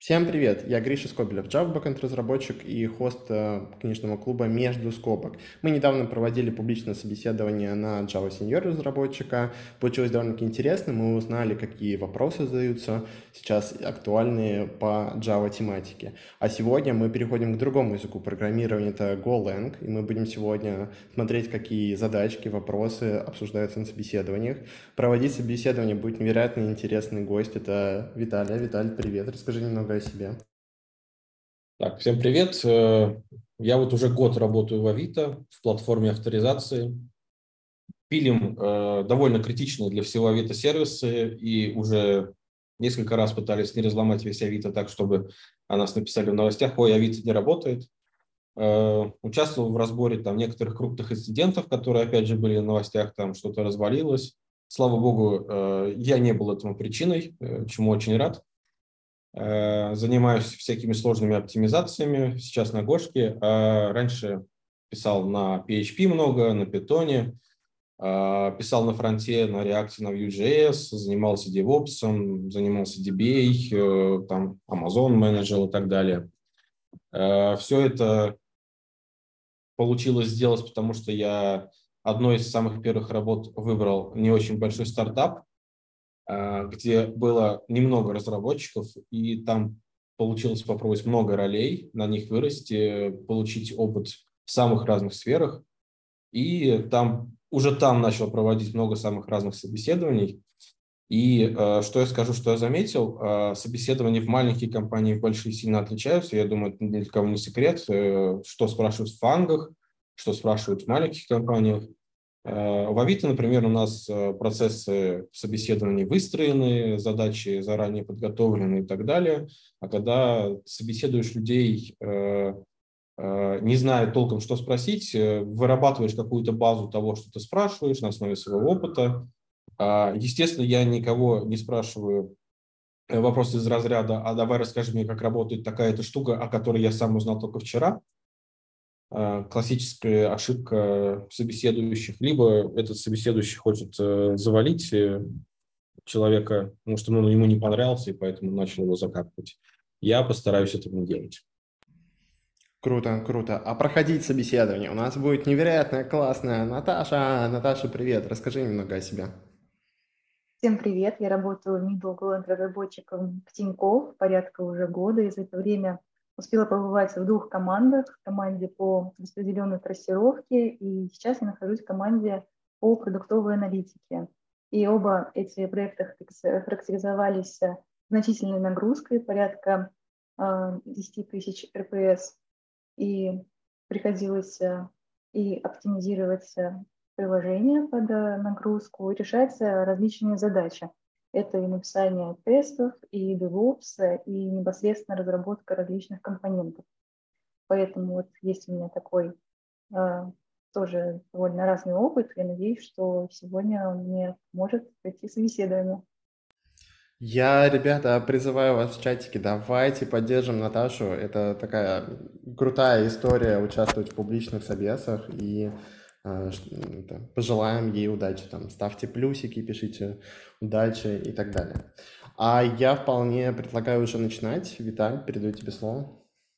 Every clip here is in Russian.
Всем привет! Я Гриша Скобелев, Java Backend разработчик и хост книжного клуба «Между скобок». Мы недавно проводили публичное собеседование на Java Senior разработчика. Получилось довольно-таки интересно. Мы узнали, какие вопросы задаются сейчас актуальные по Java тематике. А сегодня мы переходим к другому языку программирования, это Golang, и мы будем сегодня смотреть, какие задачки, вопросы обсуждаются на собеседованиях. Проводить собеседование будет невероятно интересный гость. Это Виталий. Виталий, привет. Расскажи немного о себе. Так, всем привет. Я вот уже год работаю в Авито в платформе авторизации. Пилим довольно критичные для всего Авито сервисы и уже несколько раз пытались не разломать весь Авито так, чтобы о нас написали в новостях: ой, Авито не работает. Участвовал в разборе там некоторых крупных инцидентов, которые опять же были в новостях, там что-то развалилось. Слава богу, я не был этому причиной, чему очень рад. Занимаюсь всякими сложными оптимизациями, сейчас на Гошке, а раньше писал на PHP много, на Python, писал на фронте, на React, на Vue.js, занимался DevOps, занимался DBA, там Amazon менеджер и так далее. Все это получилось сделать, потому что я одной из самых первых работ выбрал не очень большой стартап, где было немного разработчиков, и там получилось попробовать много ролей, на них вырасти, получить опыт в самых разных сферах. И уже там начал проводить много самых разных собеседований. И что я скажу, что я заметил, собеседования в маленькие компании и в большие сильно отличаются. Я думаю, это ни для кого не секрет, что спрашивают в фангах, что спрашивают в маленьких компаниях. В Авито, например, у нас процессы собеседований выстроены, задачи заранее подготовлены и так далее. А когда собеседуешь людей, не зная толком, что спросить, вырабатываешь какую-то базу того, что ты спрашиваешь на основе своего опыта. Естественно, я никого не спрашиваю вопросы из разряда: а давай расскажи мне, как работает такая-то штука, о которой я сам узнал только вчера. Классическая ошибка собеседующих. Либо этот собеседующий хочет завалить человека, потому что ему не понравился, и поэтому начал его закапывать. Я постараюсь этого не делать. Круто, круто. А проходить собеседование у нас будет невероятно классная Наташа. Наташа, привет. Расскажи немного о себе. Всем привет! Я работаю middle Golang разработчиком в Тинькофф порядка уже года, и за это время успела побывать в двух командах. В команде по распределенной трассировке, и сейчас я нахожусь в команде по продуктовой аналитике. И оба эти проекта характеризовались значительной нагрузкой, порядка 10 тысяч РПС, и приходилось и оптимизировать приложение под нагрузку, и решать различные задачи. Это и написание тестов, и DevOps, и непосредственно разработка различных компонентов. Поэтому вот есть у меня такой тоже довольно разный опыт. Я надеюсь, что сегодня мне может пройти собеседование. Ребята, призываю вас в чатике, давайте поддержим Наташу. Это такая крутая история участвовать в публичных собесах и пожелаем ей удачи. Там, ставьте плюсики, пишите удачи и так далее. А я вполне предлагаю уже начинать. Виталь, передаю тебе слово.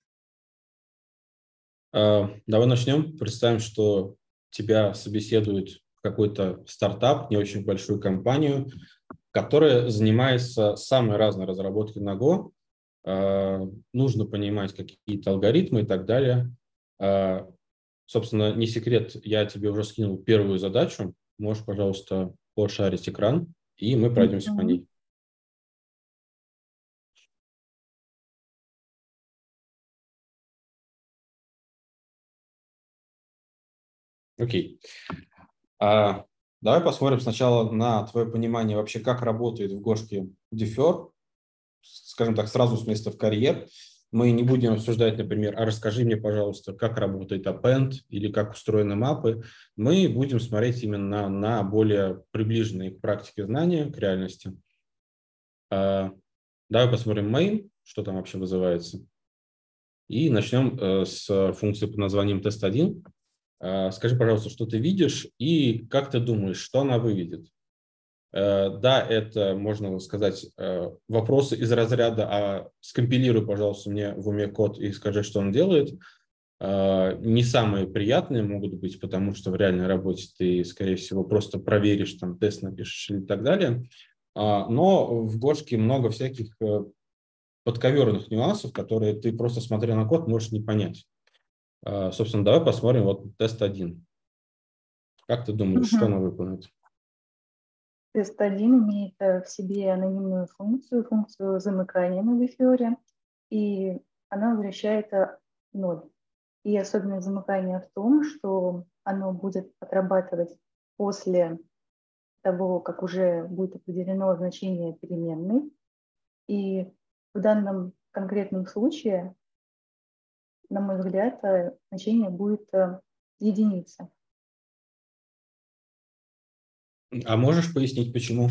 Давай начнем. Представим, что тебя собеседует какой-то стартап, не очень большую компанию, которая занимается самой разной разработкой на Go. Нужно понимать какие-то алгоритмы и так далее. Собственно, не секрет, я тебе уже скинул первую задачу. Можешь, пожалуйста, пошарить экран, и мы пройдемся по Мгм. ней. Окей. Давай посмотрим сначала на твое понимание вообще, как работает в Гошке Defer. Скажем так, сразу с места в карьер. Мы не будем обсуждать, например, а расскажи мне, пожалуйста, как работает append или как устроены мапы. Мы будем смотреть именно на более приближенные к практике знания, к реальности. Давай посмотрим main, что там вообще вызывается. И начнем с функции под названием test1. Скажи, пожалуйста, что ты видишь и как ты думаешь, что она выведет? Да, это, можно сказать, вопросы из разряда скомпилируй, пожалуйста, мне в уме код и скажи, что он делает. Не самые приятные могут быть, потому что в реальной работе ты, скорее всего, просто проверишь, там, тест напишешь и так далее. Но в Гошке много всяких подковерных нюансов, которые ты, просто смотря на код, можешь не понять. Собственно, давай посмотрим вот тест 1. Как ты думаешь, что она выполнит? Тест 1 имеет в себе анонимную функцию замыкания на дефиоре, и она возвращает 0. И особенность замыкания в том, что оно будет отрабатывать после того, как уже будет определено значение переменной. И в данном конкретном случае, на мой взгляд, значение будет единица. А можешь пояснить, почему?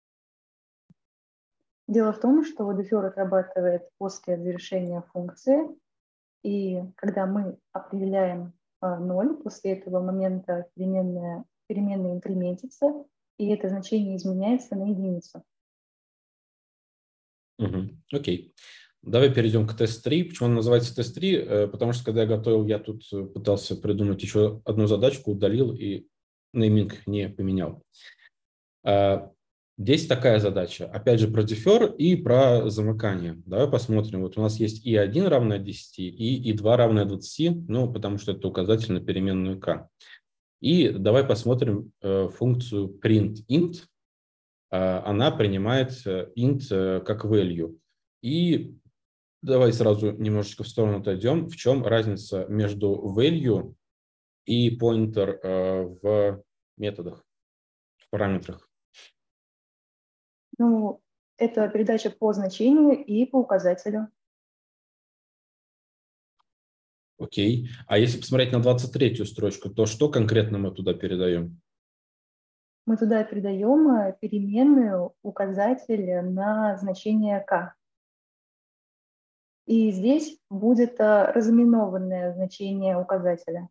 Дело в том, что дефиор отрабатывает после завершения функции, и когда мы определяем 0, после этого момента переменная инкрементится, и это значение изменяется на единицу. Окей. Давай перейдем к тест 3. Почему он называется тест 3? Потому что, когда я готовил, я тут пытался придумать еще одну задачку, удалил и нейминг не поменял. Здесь такая задача. Опять же, про дефер и про замыкание. Давай посмотрим. Вот у нас есть i1 равное 10, и i2 равное 20, ну, потому что это указатель на переменную k. И давай посмотрим функцию printInt. Она принимает int как value. И давай сразу немножечко в сторону отойдем. В чем разница между value и pointer в методах, в параметрах? Ну, это передача по значению и по указателю. Окей. А если посмотреть на 23-ю строчку, то что конкретно мы туда передаем? Мы туда передаем переменную указатель на значение k. И здесь будет разыменованное значение указателя.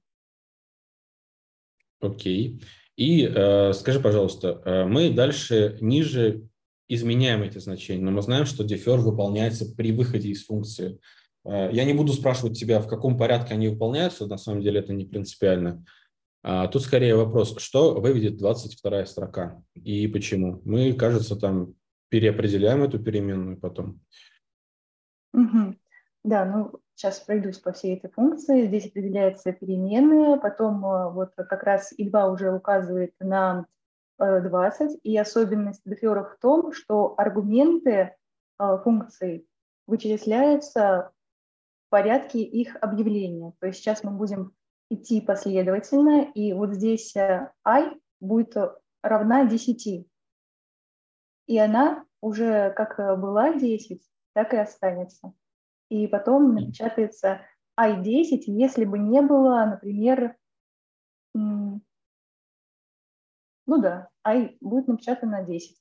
Окей. И скажи, пожалуйста, мы дальше ниже изменяем эти значения, но мы знаем, что defer выполняется при выходе из функции. Я не буду спрашивать тебя, в каком порядке они выполняются, на самом деле это не принципиально. Тут скорее вопрос, что выведет 22-я строка и почему? Мы, кажется, там переопределяем эту переменную потом. Угу. Да, ну сейчас пройдусь по всей этой функции. Здесь определяется переменная, потом вот как раз и2 уже указывает на 20. И особенность дефера в том, что аргументы функций вычисляются в порядке их объявления. То есть сейчас мы будем идти последовательно, и вот здесь i будет равна 10. И она уже как была 10, так и останется. И потом напечатается i10, если бы не было, например, ну да, i будет напечатано 10.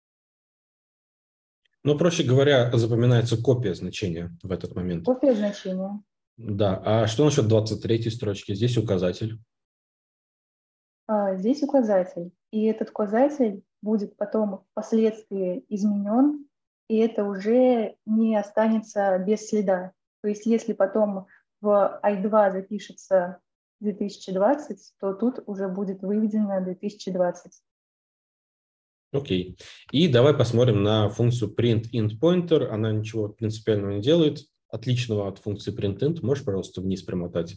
Но, проще говоря, запоминается копия значения в этот момент. Копия значения. Да. А что насчет 23-й строчки? Здесь указатель. Здесь указатель. И этот указатель будет потом впоследствии изменен, и это уже не останется без следа. То есть если потом в i2 запишется 2020, то тут уже будет выведено 2020. Окей. И давай посмотрим на функцию printIntPointer. Она ничего принципиального не делает, отличного от функции printInt. Можешь, пожалуйста, вниз примотать?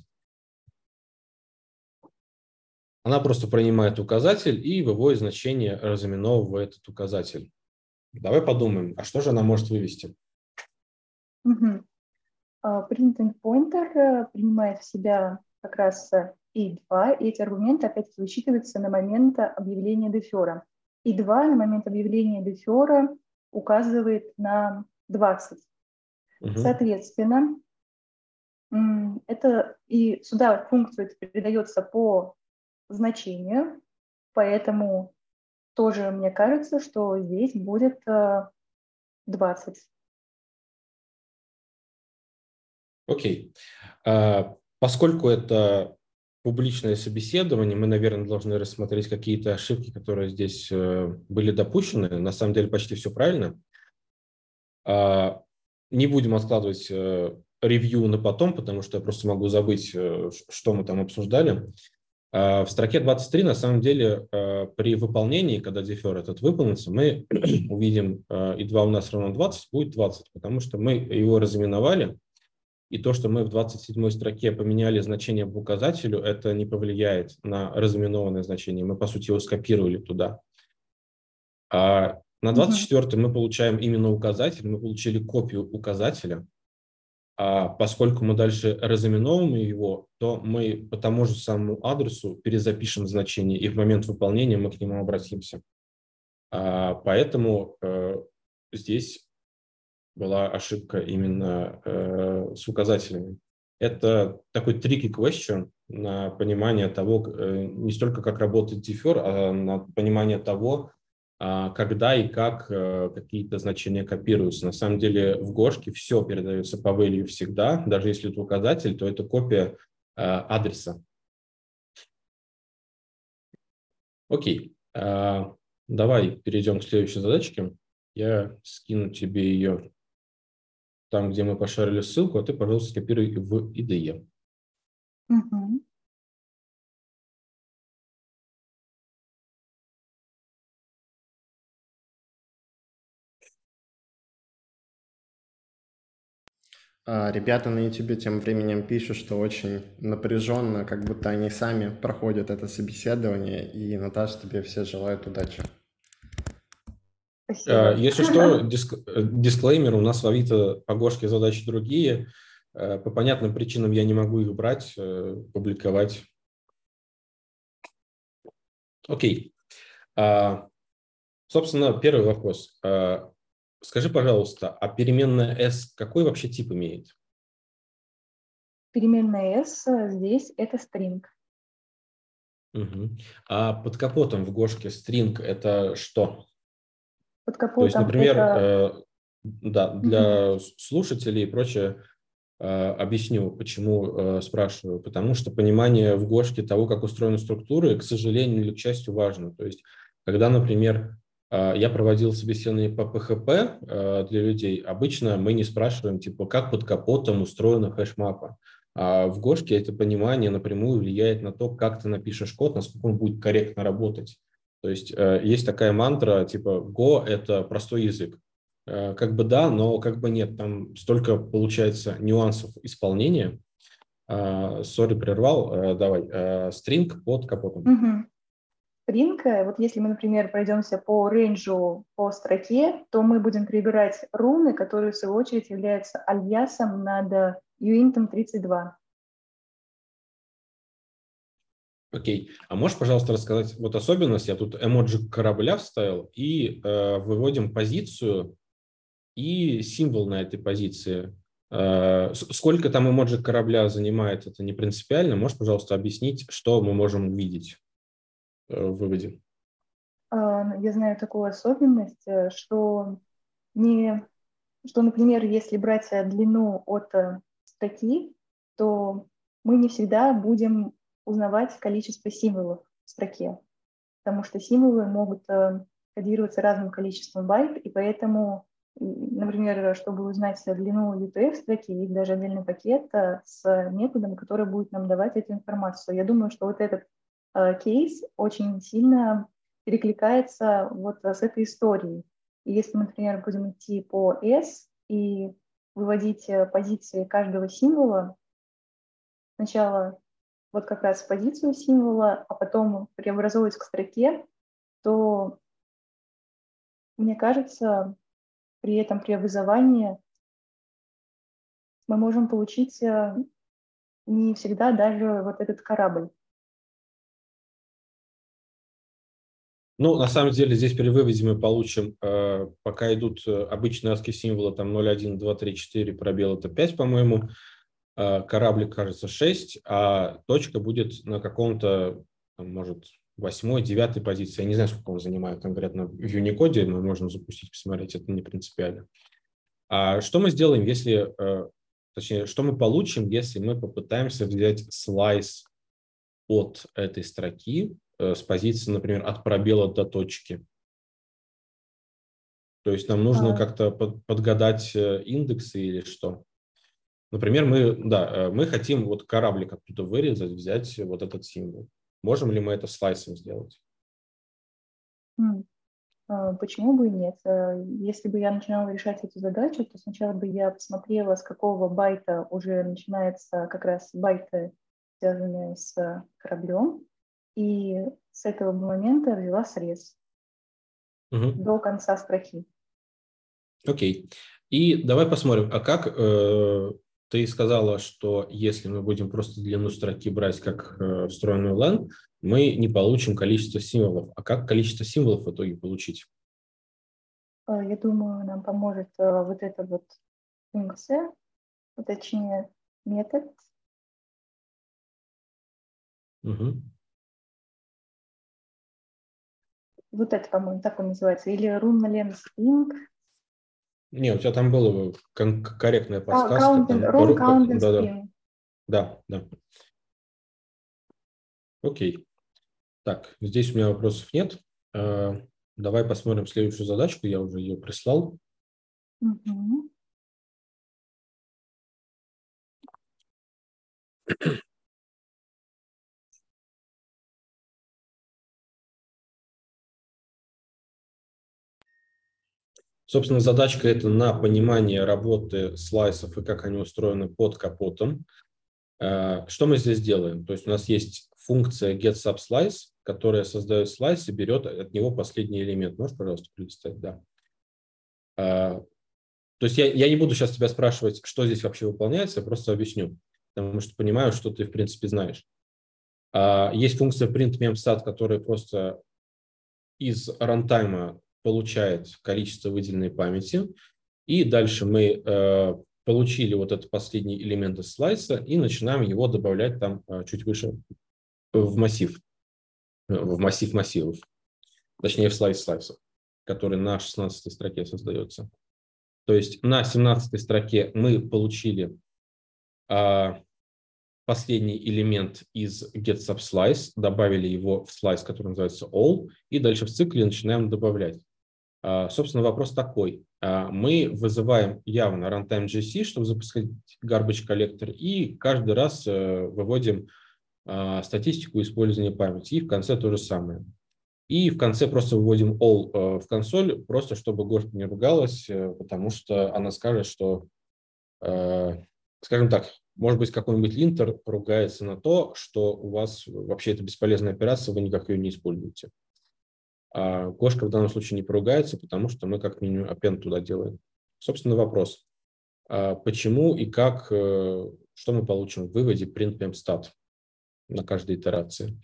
Она просто принимает указатель и выводит значение, разыменовывая этот указатель. Давай подумаем, а что же она может вывести? Угу. PrintIntPointer принимает в себя как раз i2, и эти аргументы опять высчитываются на момент объявления дефера. И2 на момент объявления дефера указывает на 20. Соответственно, это и сюда функцию передается по значению, поэтому тоже мне кажется, что здесь будет 20. Окей. Поскольку это публичное собеседование, мы, наверное, должны рассмотреть какие-то ошибки, которые здесь были допущены. На самом деле почти все правильно. Не будем откладывать ревью на потом, потому что я просто могу забыть, что мы там обсуждали. В строке 23, на самом деле, при выполнении, когда дефер этот выполнится, мы увидим и 2 у нас равно 20, будет 20, потому что мы его разыменовали, и то, что мы в 27 строке поменяли значение по указателю, это не повлияет на разыменованное значение. Мы, по сути, его скопировали туда. А на 24 мы получаем именно указатель, мы получили копию указателя. А поскольку мы дальше разыменовываем его, то мы по тому же самому адресу перезапишем значение, и в момент выполнения мы к нему обратимся. Поэтому здесь была ошибка именно с указателями. Это такой tricky question на понимание того, не столько как работает дефер, а на понимание того, когда и как какие-то значения копируются. На самом деле в Гошке все передается по value всегда, даже если это указатель, то это копия адреса. Окей, давай перейдем к следующей задачке. Я скину тебе ее там, где мы пошарили ссылку, а ты, пожалуйста, скопируй в IDE. Ребята на YouTube тем временем пишут, что очень напряженно, как будто они сами проходят это собеседование. И, Наташа, тебе все желают удачи. Спасибо. Если что, дисклеймер, у нас в Авито по Гошке задачи другие. По понятным причинам я не могу их брать, публиковать. Окей. Собственно, первый вопрос. Скажи, пожалуйста, а переменная S какой вообще тип имеет? Переменная S здесь это string. Угу. А под капотом в Гошке string это что? Под капотом То есть, например, это... да, для слушателей и прочее объясню, почему спрашиваю. Потому что понимание в Гошке того, как устроены структуры, к сожалению или к счастью, важно. То есть, когда, например, я проводил собеседование по PHP для людей, обычно мы не спрашиваем, типа, как под капотом устроена хэшмапа. А в Гошке это понимание напрямую влияет на то, как ты напишешь код, насколько он будет корректно работать. То есть есть такая мантра, типа Go – это простой язык. Как бы да, но как бы нет. Там столько, получается, нюансов исполнения. Сори, прервал. Давай. String под капотом. String, вот если мы, например, пройдемся по рейнджу по строке, то мы будем перебирать руны, которые, в свою очередь, являются альясом над uint 32. Окей. А можешь, пожалуйста, рассказать вот особенность? Я тут эмоджи корабля вставил и выводим позицию и символ на этой позиции. Сколько там эмоджи корабля занимает, это не принципиально. Можешь, пожалуйста, объяснить, что мы можем увидеть в выводе? Я знаю такую особенность, что, например, если брать длину от строки, то мы не всегда будем узнавать количество символов в строке, потому что символы могут кодироваться разным количеством байт, и поэтому, например, чтобы узнать длину UTF-строки, есть даже отдельный пакет с методом, который будет нам давать эту информацию. Я думаю, что вот этот кейс очень сильно перекликается вот с этой историей. И если мы, например, будем идти по S и выводить позиции каждого символа, сначала вот как раз позицию символа, а потом преобразовывать к строке, то, мне кажется, при этом преобразовании мы можем получить не всегда даже вот этот корабль. Ну, на самом деле, здесь при выводе мы получим, пока идут обычные ASCII символы, там 0, 1, 2, 3, 4, пробел это 5, по-моему, кораблик, кажется, 6, а точка будет на каком-то, может, 8, 9 позиции. Я не знаю, сколько он занимает конкретно в Unicode, мы можем запустить, посмотреть, это не принципиально. А что мы сделаем, если, точнее, что мы получим, если мы попытаемся взять слайс от этой строки с позиции, например, от пробела до точки. То есть нам нужно как-то подгадать индексы или что? Например, мы хотим вот кораблик оттуда вырезать, взять вот этот символ. Можем ли мы это слайсом сделать? Почему бы и нет? Если бы я начинала решать эту задачу, то сначала бы я посмотрела, с какого байта уже начинается как раз байты, связанные с кораблем, и с этого момента взяла срез до конца строки. Окей. И давай посмотрим, а как ты сказала, что если мы будем просто длину строки брать как встроенную len, мы не получим количество символов. А как количество символов в итоге получить? Я думаю, нам поможет вот эта вот функция, точнее метод. Вот это, по-моему, так он называется. Или run-len string. Не, у тебя там была корректная подсказка. Run count and string. Да. Окей. Так, здесь у меня вопросов нет. Давай посмотрим следующую задачку. Я уже ее прислал. Собственно, задачка это на понимание работы слайсов и как они устроены под капотом. Что мы здесь делаем? То есть у нас есть функция getSubSlice, которая создает слайс и берет от него последний элемент. Можешь, пожалуйста, пролистать? Да. То есть я не буду сейчас тебя спрашивать, что здесь вообще выполняется, я просто объясню, потому что понимаю, что ты, в принципе, знаешь. Есть функция printMemStat, которая просто из рантайма получает количество выделенной памяти, и дальше мы получили вот этот последний элемент из слайса и начинаем его добавлять там чуть выше в массив массивов, точнее в слайс слайсов, который на 16 строке создается. То есть на 17 строке мы получили последний элемент из getSubSlice, добавили его в слайс, который называется all, и дальше в цикле начинаем добавлять. Собственно, вопрос такой. Мы вызываем явно runtime GC, чтобы запускать garbage collector, и каждый раз выводим статистику использования памяти, и в конце то же самое. И в конце просто выводим all в консоль, просто чтобы Гошка не ругалась, потому что она скажет, что, скажем так, может быть, какой-нибудь линтер поругается на то, что у вас вообще это бесполезная операция, вы никак ее не используете. А Гошка в данном случае не поругается, потому что мы как минимум append туда делаем. Собственно, вопрос. Почему и как, что мы получим в выводе print.memstat на каждой итерации?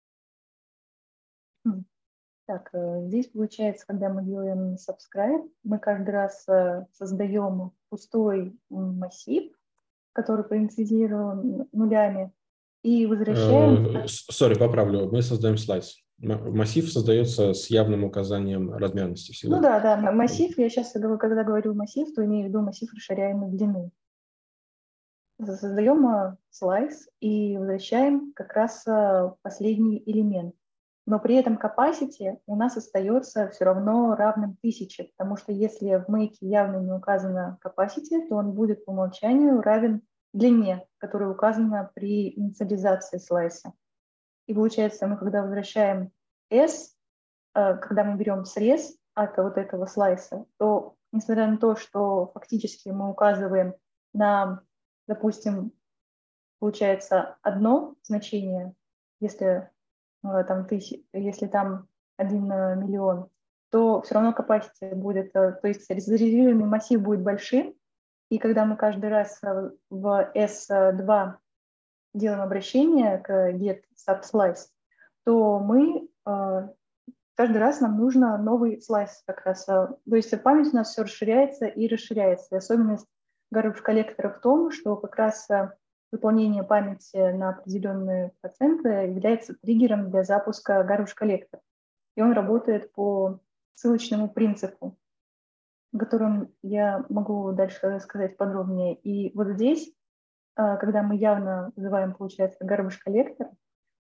Так, здесь получается, когда мы делаем subscribe, мы каждый раз создаем пустой массив, который проинициализирован нулями, и возвращаем... Сори, поправлю, мы создаем слайс. Массив создается с явным указанием размерности всегда. Ну да, массив, я сейчас, когда говорю массив, то имею в виду массив расширяемой длины. Создаем слайс и возвращаем как раз последний элемент. Но при этом capacity у нас остается все равно равным 1000, потому что если в make явно не указано capacity, то он будет по умолчанию равен длине, которая указана при инициализации слайса. И получается, мы когда возвращаем s, когда мы берем срез от вот этого слайса, то несмотря на то, что фактически мы указываем на, допустим, получается одно значение, если если там 1 миллион, то все равно capacity будет, то есть зарезервируемый массив будет большим, и когда мы каждый раз в S2 делаем обращение к getSubSlice, то мы каждый раз нам нужно новый слайс как раз. То есть память у нас все расширяется и расширяется. И особенность garbage коллектора в том, что как раз выполнение памяти на определенные проценты является триггером для запуска garbage коллектора. И он работает по ссылочному принципу, о котором я могу дальше рассказать подробнее. И вот здесь, когда мы явно вызываем, получается, garbage коллектор,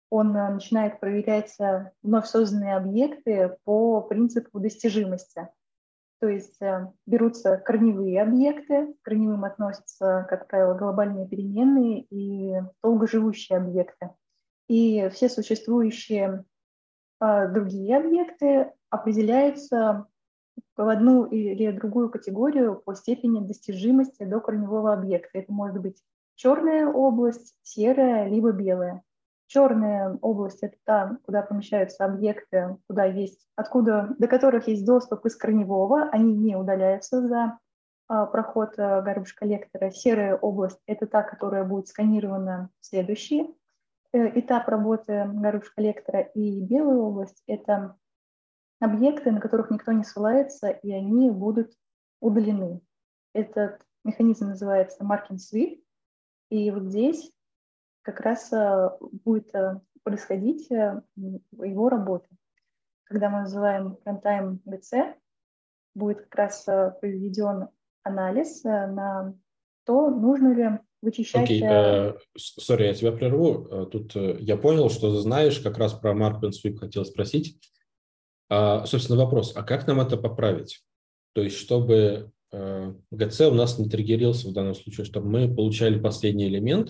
Он начинает проверять вновь созданные объекты по принципу достижимости. То есть берутся корневые объекты, к корневым относятся, как правило, глобальные переменные и долгоживущие объекты. И все существующие другие объекты определяются в одну или другую категорию по степени достижимости до корневого объекта. Это может быть черная область, серая, либо белая. Черная область – это та, куда помещаются объекты, до которых есть доступ из корневого, они не удаляются за проход garbage коллектора. Серая область – это та, которая будет сканирована в следующий этап работы garbage коллектора. И белая область – это объекты, на которых никто не ссылается, и они будут удалены. Этот механизм называется marking sweep, и вот здесь как раз будет происходить его работа. Когда мы называем runtime GC, будет как раз проведен анализ на то, нужно ли вычищать... Сори, я тебя прерву. Тут я понял, что ты знаешь, как раз про mark and sweep хотел спросить. Собственно, вопрос, а как нам это поправить? То есть, чтобы GC у нас не триггерился в данном случае, чтобы мы получали последний элемент,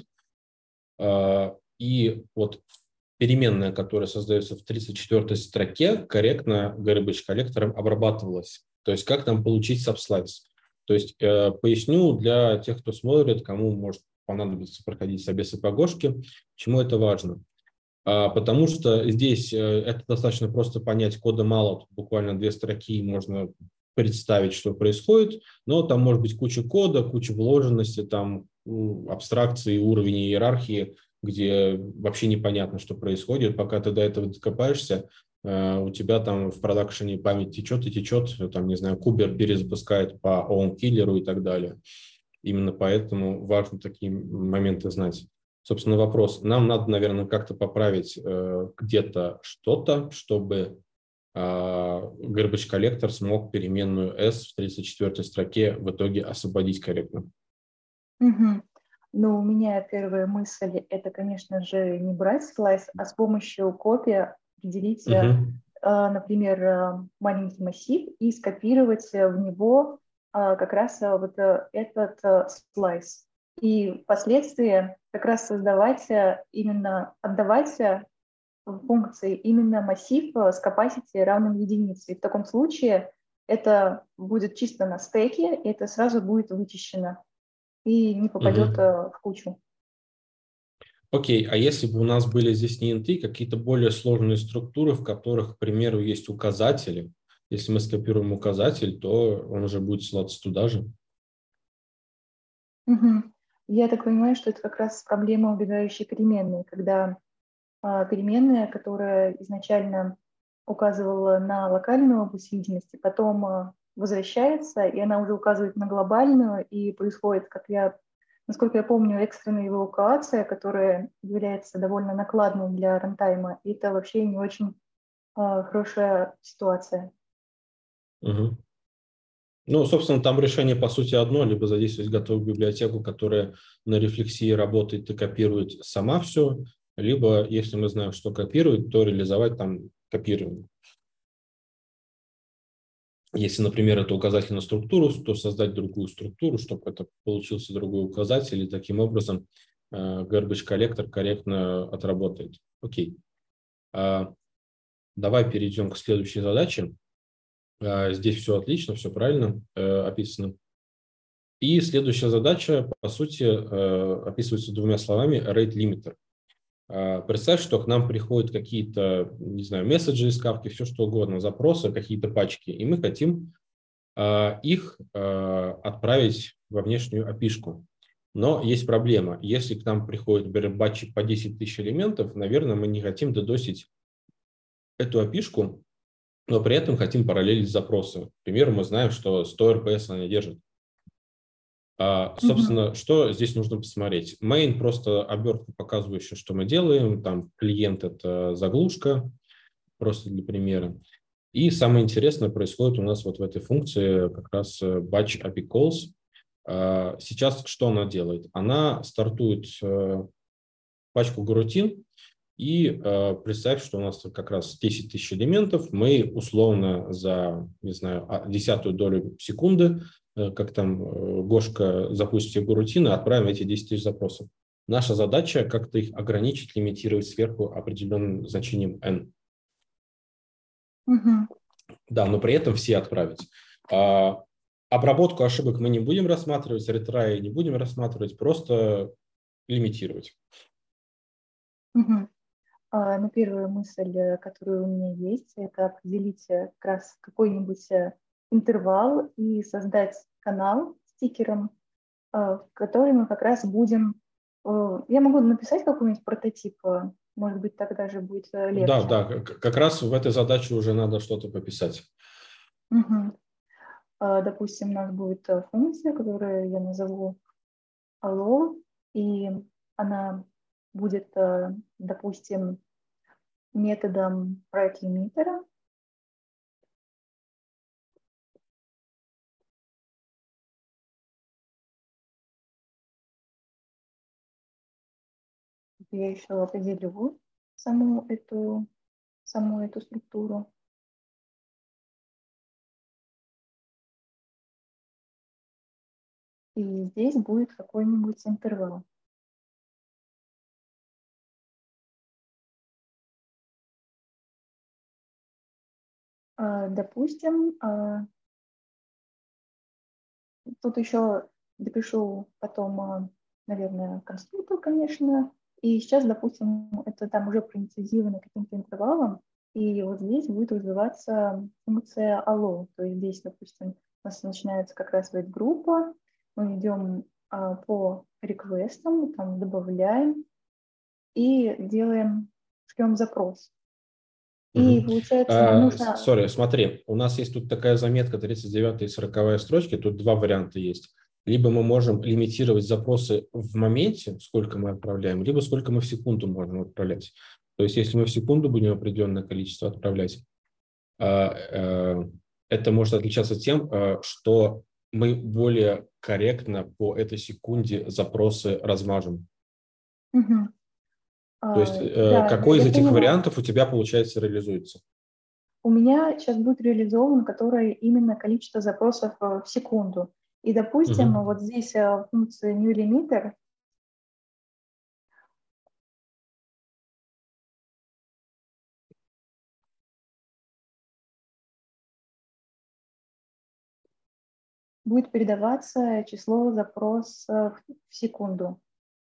и вот переменная, которая создается в 34-й строке, корректно garbage коллектором обрабатывалась. То есть как нам получить subslice? То есть поясню для тех, кто смотрит, кому может понадобиться проходить собесы по Гошке, почему это важно. Потому что здесь это достаточно просто понять, кода мало, буквально 2 строки, можно представить, что происходит, но там может быть куча кода, куча вложенности, там абстракции, уровень иерархии, где вообще непонятно, что происходит. Пока ты до этого докопаешься, у тебя там в продакшене память течет и течет, там, не знаю, кубер перезапускает по own-киллеру и так далее. Именно поэтому важно такие моменты знать. Собственно, вопрос. Нам надо, наверное, как-то поправить где-то что-то, чтобы garbage коллектор смог переменную s в 34-й строке в итоге освободить корректно. Угу. Ну, у меня первая мысль – это, конечно же, не брать слайс, а с помощью копии определить, например, маленький массив и скопировать в него как раз вот этот слайс. И впоследствии как раз отдавать функции именно массив с capacity равным единице. И в таком случае это будет чисто на стеке, и это сразу будет вычищено и не попадет в кучу. Окей, а если бы у нас были здесь не инты, какие-то более сложные структуры, в которых, к примеру, есть указатели, если мы скопируем указатель, то он уже будет ссылаться туда же. Я так понимаю, что это как раз проблема убегающей переменной, когда переменная, которая изначально указывала на локальную область видимости, потом возвращается, и она уже указывает на глобальную, и происходит, насколько я помню, экстренная эвакуация, которая является довольно накладной для рантайма, и это вообще не очень хорошая ситуация. Угу. Ну, собственно, там решение, по сути, одно, либо задействовать готовую библиотеку, которая на рефлексии работает и копирует сама все, либо, если мы знаем, что копирует, то реализовать там копирование. Если, например, это указатель на структуру, то создать другую структуру, чтобы это получился другой указатель, и таким образом garbage коллектор корректно отработает. Окей. Давай перейдем к следующей задаче. Здесь все отлично, все правильно описано. И следующая задача, по сути, описывается 2 словами rate limiter. Представь, что к нам приходят какие-то, не знаю, месседжи из Kafka, все что угодно, запросы, какие-то пачки, и мы хотим их отправить во внешнюю API-шку. Но есть проблема. Если к нам приходят батчи по 10 тысяч элементов, наверное, мы не хотим додосить эту API-шку, но при этом хотим параллелить запросы. К примеру, мы знаем, что 100 RPS она держит. Собственно, что здесь нужно посмотреть? Main просто обертка, показывающая, что мы делаем. Там клиент – это заглушка, просто для примера. И самое интересное происходит у нас вот в этой функции как раз batch API calls. Сейчас что она делает? Она стартует пачку горутин, И представь, что у нас как раз 10 тысяч элементов, мы условно за, не знаю, десятую долю секунды, как там Гошка запустит его рутину, отправим эти 10 тысяч запросов. Наша задача как-то их ограничить, лимитировать сверху определенным значением n. Да, но при этом все отправить. Обработку ошибок мы не будем рассматривать, ретраи не будем рассматривать, просто лимитировать. Ну, первая мысль, которая у меня есть, это определить как раз какой-нибудь интервал и создать канал с стикером, в который мы как раз будем... Я могу написать какой-нибудь прототип, может быть, тогда же будет легче. Да, как раз в этой задаче уже надо что-то пописать. Допустим, у нас будет функция, которую я назову allow, и она будет, допустим, методом writeLimiter. Я еще определю саму эту структуру. И здесь будет какой-нибудь интервал. Допустим, тут еще допишу потом, наверное, конструктор, конечно. И сейчас, допустим, это там уже проинициализировано каким-то интервалом. И вот здесь будет вызываться функция allow. То есть здесь, допустим, у нас начинается как раз группа. Мы идем по реквестам, там добавляем и шлем запрос. И получается, нам нужно... Смотри, у нас есть тут такая заметка 39 и 40 строчки, тут два варианта есть. Либо мы можем лимитировать запросы в моменте, сколько мы отправляем, либо сколько мы в секунду можем отправлять. То есть если мы в секунду будем определенное количество отправлять, это может отличаться тем, что мы более корректно по этой секунде запросы размажем. То есть Да, какой из этих понимаю. вариантов у тебя, получается, реализуется? У меня сейчас будет реализован, которое именно количество запросов в секунду. И, допустим, вот здесь функция newLimiter будет передаваться число запросов в секунду.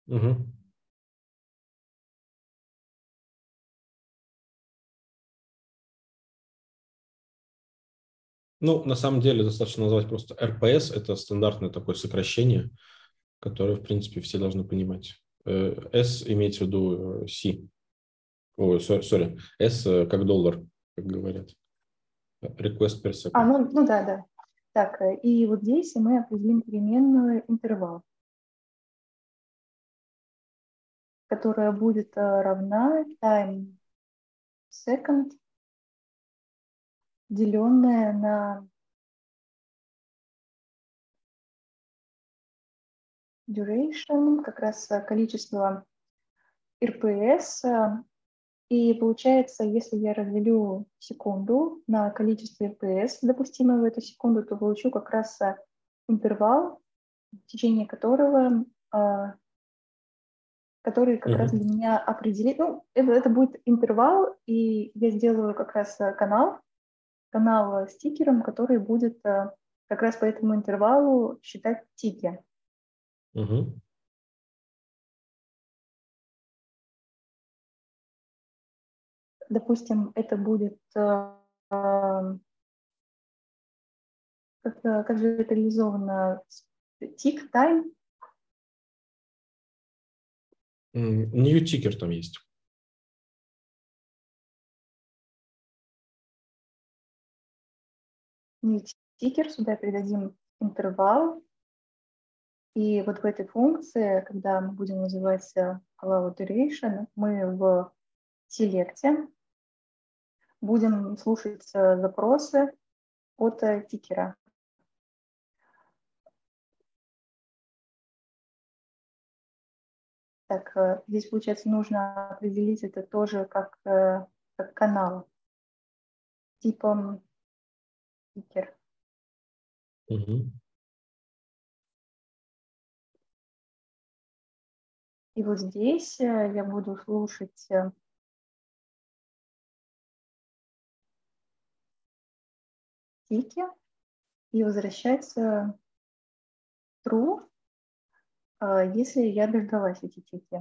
Ну, на самом деле, достаточно назвать просто RPS. Это стандартное такое сокращение, которое, в принципе, все должны понимать. S имеется в виду C. Ой, sorry. S как доллар, как говорят. Request per second. Ну да. Так, и вот здесь мы определим переменную интервал, которая будет равна time second, деленная на duration, как раз количество RPS. И получается, если я разделю секунду на количество RPS, допустимое в эту секунду, то получу как раз интервал, в течение которого, который как раз для меня определит. Ну, это будет интервал, и я сделаю как раз канал с тикером, который будет как раз по этому интервалу считать тики. Допустим, это будет... как же это реализовано? Тик, тайм? New ticker там есть. New ticker, сюда передадим интервал. И вот в этой функции, когда мы будем называть allow duration, мы в селекте будем слушать запросы от тикера. Так, здесь, получается, нужно определить это тоже как канал, типом тикер. Мгм. И вот здесь я буду слушать тики и возвращаться true, если я дождалась эти тики.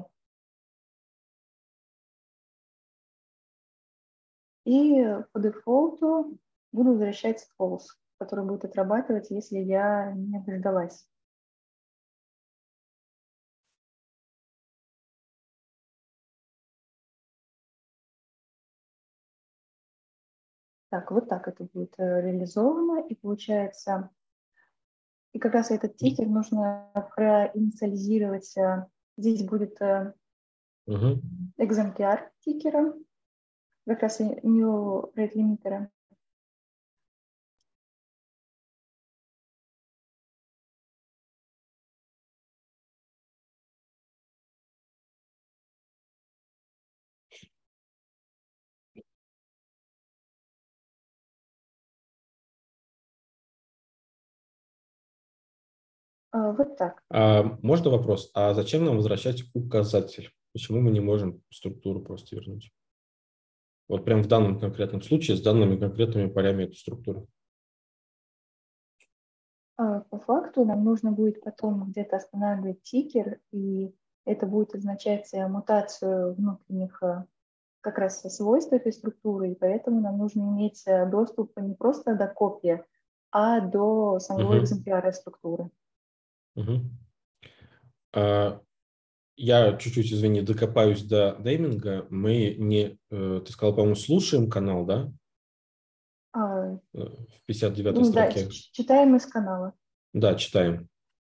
И по дефолту буду возвращать false, который будет отрабатывать, если я не дождалась. Так, вот так это будет реализовано, и получается, и как раз этот тикер нужно проинициализировать. Здесь будет Мгм. экземпляр тикера, как раз new rate limiter. Вот так. Можно вопрос? А зачем нам возвращать указатель? Почему мы не можем структуру просто вернуть? Вот прям в данном конкретном случае с данными конкретными полями этой структуры. По факту нам нужно будет потом где-то останавливать тикер, и это будет означать мутацию внутренних как раз свойств этой структуры, и поэтому нам нужно иметь доступ не просто до копии, а до самого Мгм. экземпляра структуры. Мгм. Я чуть-чуть, извини, докопаюсь до нейминга. Мы не, ты сказал, по-моему, слушаем канал, да? В 59-й Ну да, строке. читаем из канала. Да, читаем.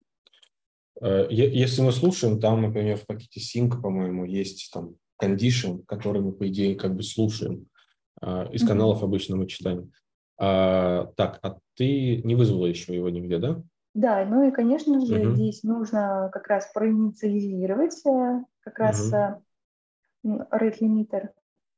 Если мы слушаем, там, например, в пакете sync, по-моему, есть там condition, который мы, по идее, как бы слушаем. Из каналов обычно мы читаем. Так, а ты не вызвала еще его нигде, да? Да, ну и, конечно же, Угу. здесь нужно как раз проинициализировать как раз Угу. rate limiter.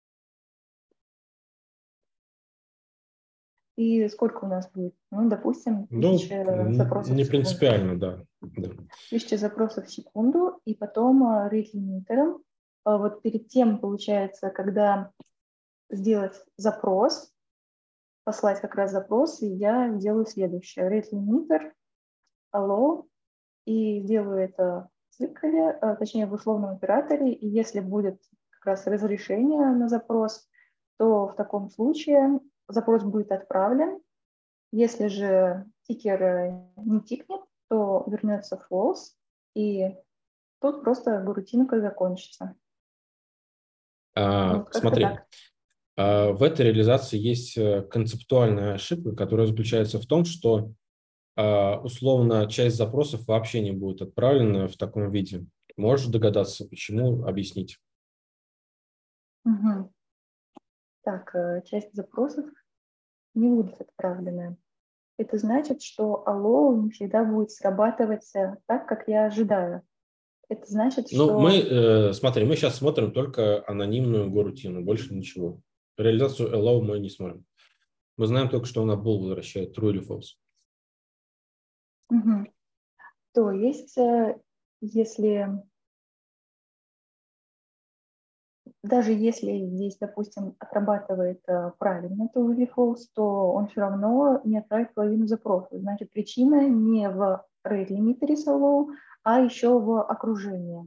И сколько у нас будет? Ну, допустим, Ну, 1000 запросов не в секунду. принципиально, да. Да. 1000 запросов в секунду, и потом rate limiter. Вот перед тем, получается, когда сделать запрос, послать как раз запрос, и я делаю следующее. Rate limiter, allow, и делаю это в цикле, точнее в условном операторе, и если будет как раз разрешение на запрос, то в таком случае запрос будет отправлен. Если же тикер не тикнет, то вернется false, и тут просто рутинка закончится. Вот как-то Смотри, так. в этой реализации есть концептуальная ошибка, которая заключается в том, что условно часть запросов вообще не будет отправлена в таком виде. Можешь догадаться, почему? Объяснить. Мгм. Так, часть запросов не будет отправлена. Это значит, что allow не всегда будет срабатывать так, как я ожидаю. Это значит, Ну, что... смотри, мы сейчас смотрим только анонимную горутину, больше ничего. Реализацию allow мы не смотрим. Мы знаем только, что она bool возвращает, true или false. Мгм. То есть, если... Даже если здесь, допустим, отрабатывает правильно true или false, то он все равно не отправит половину запроса. Значит, причина не в rate limiter allow, а еще в окружении.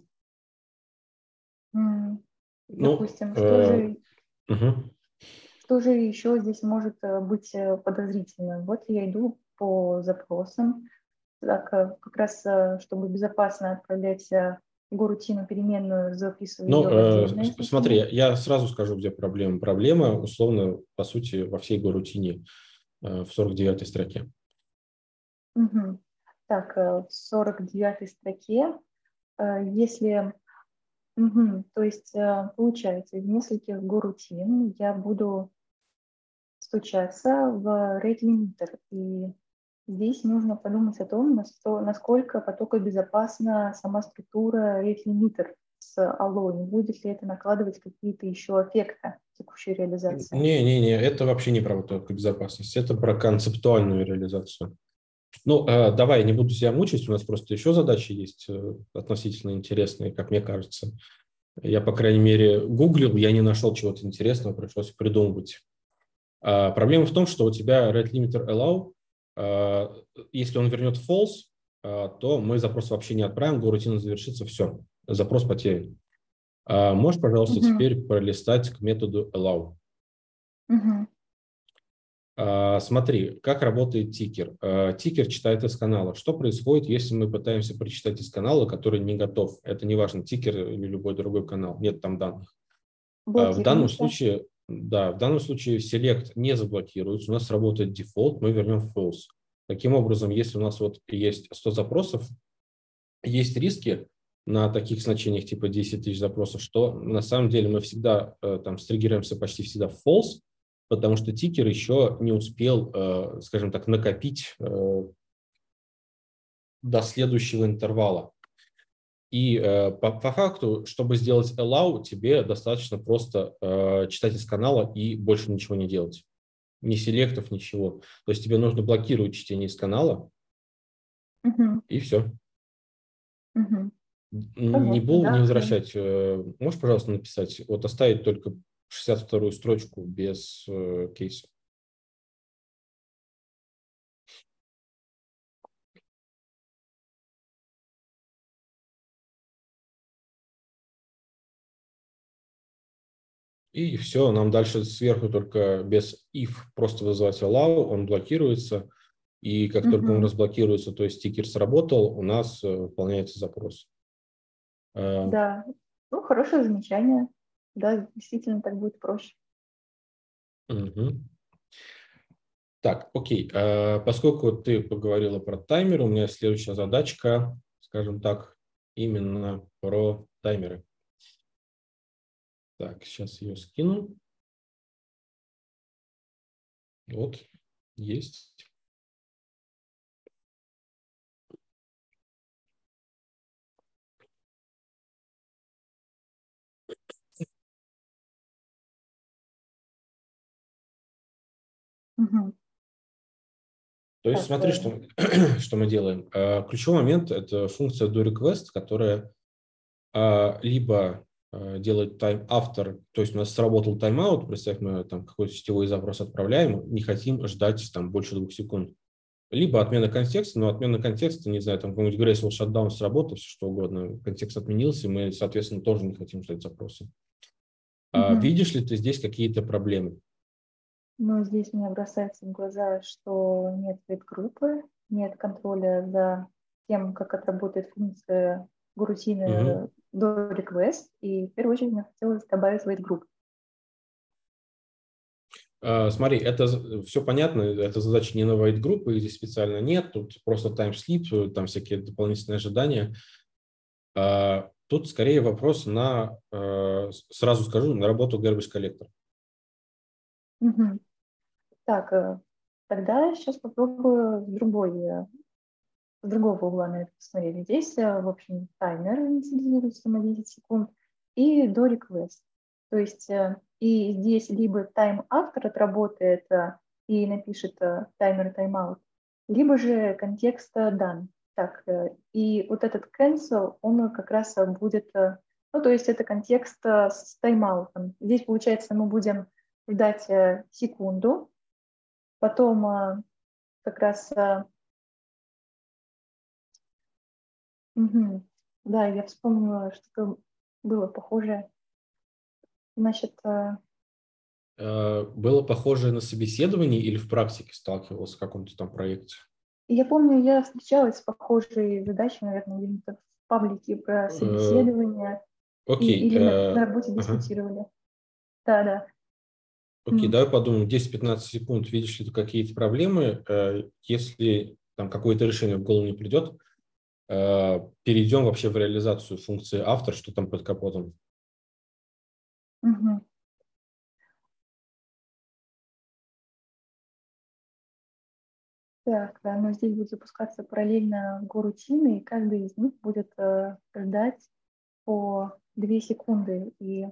Ну, Допустим, угу. что же еще здесь может быть подозрительным? Вот я иду по запросам, так, как раз, чтобы безопасно отправлять горутину переменную, записываю ее в отдельное Смотри, значение. я сразу скажу, где проблема. Проблема, условно, по сути, во всей горутине в 49-й строке. Мгм. Так, в 49-й строке, если... То есть, получается, из нескольких горутин я буду стучаться в rate limiter. И здесь нужно подумать о том, насколько потокобезопасна сама структура rate limiter с Allo, не будет ли это накладывать какие-то еще эффекты в текущей реализации? Не, это вообще не про только безопасность, это про концептуальную реализацию. Ну, давай, не буду себя мучить, у нас просто еще задачи есть относительно интересные, как мне кажется. Я, по крайней мере, гуглил, я не нашел чего-то интересного, пришлось придумывать. Проблема в том, что у тебя rate limiter allow, если он вернет false, то мы запрос вообще не отправим, горутина завершится, все, запрос потерян. Можешь, пожалуйста, теперь пролистать к методу allow. Смотри, как работает тикер. Тикер читает из канала. Что происходит, если мы пытаемся прочитать из канала, который не готов? Это не важно, тикер или любой другой канал, нет там данных. В данном случае, да, в данном случае select не заблокируется, у нас работает дефолт, мы вернем false. Таким образом, если у нас вот есть 100 запросов, есть риски на таких значениях типа 10 тысяч запросов, что на самом деле мы всегда там стриггеримся почти всегда в false, потому что тикер еще не успел, скажем так, накопить до следующего интервала. И по факту, чтобы сделать allow, тебе достаточно просто читать из канала и больше ничего не делать. Ни селектов, ничего. То есть тебе нужно блокировать чтение из канала, и все. Не Понятно, был, не да. возвращать. Можешь, пожалуйста, написать, вот оставить только 62-ю строчку без кейса. И все, нам дальше сверху только без if просто вызывать allow, он блокируется. И как только он разблокируется, то есть стикер сработал, у нас выполняется запрос. Да, ну, хорошее замечание. Да, действительно, так будет проще. Угу. Так, окей. Поскольку ты поговорила про таймер, у меня следующая задачка, скажем так, именно про таймеры. Так, сейчас ее скину. Вот, есть. То есть Так, смотри, что мы делаем. Ключевой момент – это функция doRequest, которая либо делает тайм-автор, то есть у нас сработал тайм-аут, представь, мы там какой-то сетевой запрос отправляем, не хотим ждать там больше 2 секунд. Либо отмена контекста, но отмена контекста, не знаю, там какой-нибудь graceful shutdown сработал, все что угодно, контекст отменился, и мы, соответственно, тоже не хотим ждать запроса. Видишь ли ты здесь какие-то проблемы? ну, здесь мне бросается в глаза, что нет группы, нет контроля за тем, как отработает функция горутины до request, и в первую очередь мне хотелось добавить wait group. Смотри, это все понятно, это задача не на white группы, их здесь специально нет, тут просто time-sleep, там всякие дополнительные ожидания. Тут скорее вопрос на, сразу скажу, на работу garbage collector. Так, тогда сейчас попробую с другого угла на это посмотреть. Здесь, в общем, таймер инициализируется на 10 секунд и до request. То есть и здесь либо тайм-автор отработает и напишет таймер тайм-аут, либо же контекст done. Так, и вот этот cancel, он как раз будет, ну, то есть это контекст с тайм-аутом. Здесь, получается, мы будем ждать секунду, потом как раз... Да, я вспомнила, что было похожее. Значит, Было похоже на собеседование или в практике сталкивался в каком-то там проекте? я помню, я встречалась с похожей задачей, наверное, где-то в паблике про собеседование, Окей. или на работе Ага. дискутировали. Да, да. Окей, давай подумаем, 10-15 секунд, видишь ли ты какие-то проблемы? Если там какое-то решение в голову не придет, перейдем вообще в реализацию функции автор, что там под капотом. Мгм. Так, да, но здесь будет запускаться параллельно горутины, и каждый из них будет ждать по 2 секунды. И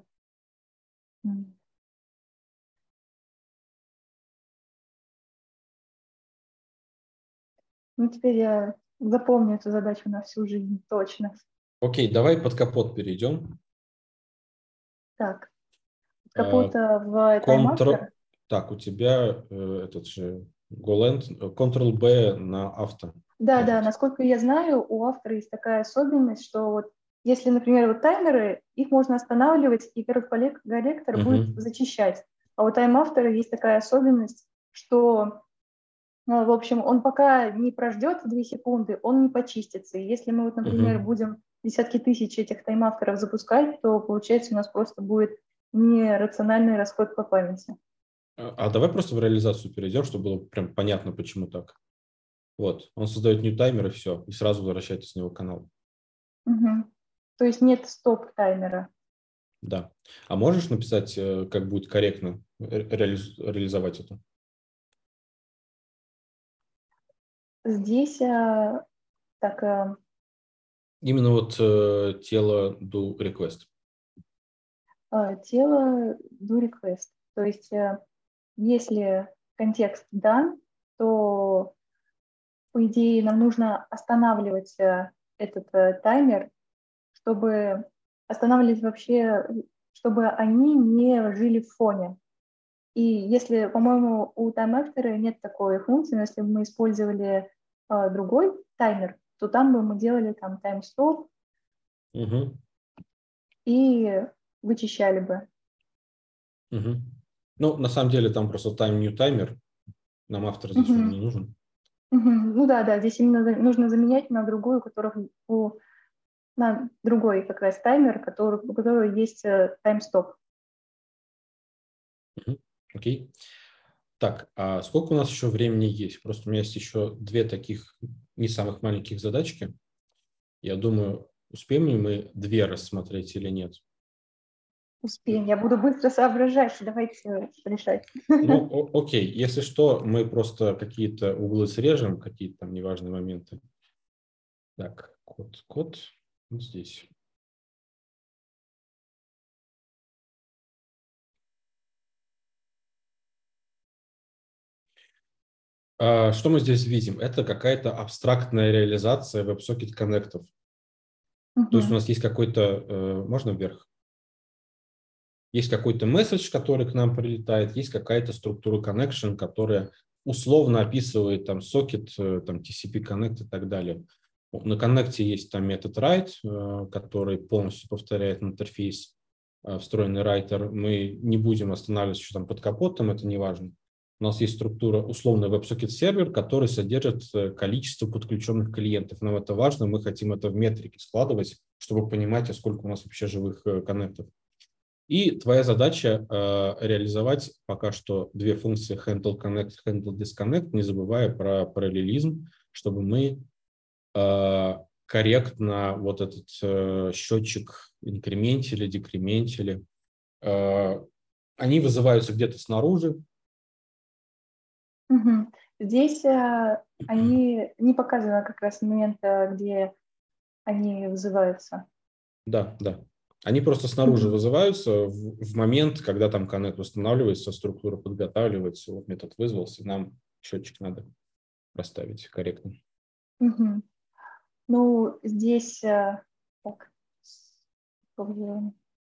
ну, теперь я запомню эту задачу на всю жизнь, точно. Окей, давай под капот перейдем. Так, с Э, капота в Ctrl... тайм-автор. Так, у тебя этот же GoLand, Ctrl-B на авто Да, да, нажать. насколько я знаю, у автора есть такая особенность, что вот если, например, вот таймеры, их можно останавливать, и корректор будет Мгм, зачищать. А у тайм-автора есть такая особенность, что, в общем, он пока не прождет 2 секунды, он не почистится. И если мы, вот, например, мгм. будем десятки тысяч этих тайм-авторов запускать, то, получается, у нас просто будет нерациональный расход по памяти. А давай просто в реализацию перейдем, чтобы было прям понятно, почему так. Вот, он создает new таймер и все, и сразу возвращается с него канал. Мгм. То есть нет стоп-таймера. Да. А можешь написать, как будет корректно реализовать это? Здесь так, Именно вот тело do request. тело do request. То есть если контекст дан, то, по идее, нам нужно останавливать этот таймер, чтобы останавливать вообще, чтобы они не жили в фоне. И если, по-моему, у тайм-актора нет такой функции, но если бы мы использовали другой таймер, то там бы мы делали там тайм-стоп Угу. и вычищали бы. Угу. Ну, на самом деле там просто time new таймер. Нам автор здесь уже не Мгм. нужен. Мгм. Ну да, да, здесь именно нужно заменять на другую, на другой как раз таймер, у которого есть тайм-стоп. Мгм. Окей. Так, а сколько у нас еще времени есть? Просто у меня есть еще две таких не самых маленьких задачки. Я думаю, успеем ли мы две рассмотреть или нет? Успеем. Я буду быстро соображать. Давайте решать. Ну, окей. Если что, мы просто какие-то углы срежем, какие-то там неважные моменты. Так, код вот здесь. Что мы здесь видим? Это какая-то абстрактная реализация WebSocket коннектов. То есть у Мгм. нас есть какой-то, можно вверх? Есть какой-то месседж, который к нам прилетает, есть какая-то структура connection, которая условно описывает там сокет, там TCP connect и так далее. На коннекте есть там метод write, который полностью повторяет интерфейс, встроенный writer. Мы не будем останавливаться еще там под капотом, это не важно. У нас есть структура условный WebSocket сервер, который содержит количество подключенных клиентов. Нам это важно, мы хотим это в метрике складывать, чтобы понимать, а сколько у нас вообще живых коннектов. И твоя задача реализовать пока что две функции handle connect, handle disconnect, не забывая про параллелизм, чтобы мы корректно вот этот счетчик инкрементили, декрементили. Они вызываются где-то снаружи. Мгм. Здесь они не показаны как раз момент, где они вызываются. Да, да. Они просто снаружи Мгм. вызываются в момент, когда там коннект устанавливается, структура подготавливается, вот метод вызвался, нам счетчик надо расставить корректно. Мгм. Ну, здесь так, попробуем.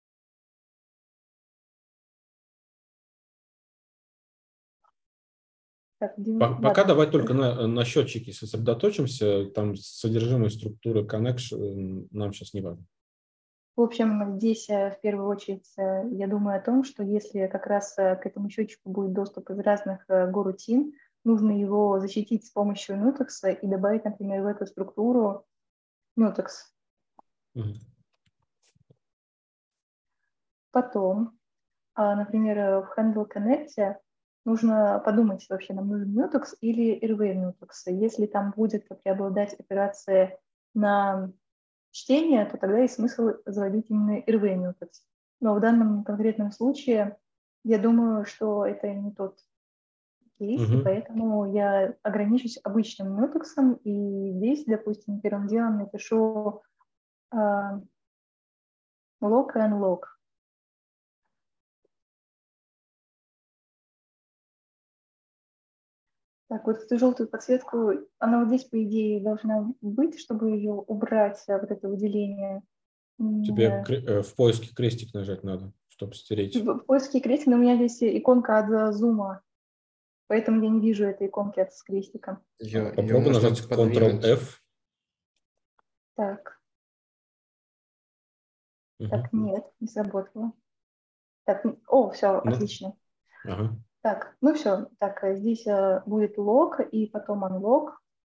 Так, Пока ладно. давай только на счетчике сосредоточимся. Там содержимое структуры connection нам сейчас не важно. В общем, здесь в первую очередь я думаю о том, что если как раз к этому счетчику будет доступ из разных горутин, нужно его защитить с помощью Mutex и добавить, например, в эту структуру Mutex. Мгм. Потом, например, в Handle Connect нужно подумать, вообще нам нужен Mutex или RV Mutex. Если там будет преобладать операция на чтение, то тогда есть смысл заводить именно RV Mutex. Но в данном конкретном случае я думаю, что это не тот кейс, и Мгм. поэтому я ограничусь обычным Mutex, и здесь, допустим, первым делом напишу lock и unlock. Так, вот эту желтую подсветку, она вот здесь, по идее, должна быть, чтобы ее убрать, вот это выделение. Тебе в поиске крестик нажать надо, чтобы стереть. В поиске крестика, но у меня здесь иконка от зума, поэтому я не вижу этой иконки с крестиком. Ее Попробуй можно нажать подвинуть. Ctrl-F. Так, Угу. нет, не сработало. Так, о, все, Ну, отлично. ага. Так, ну все, так, здесь будет лог и потом unlock.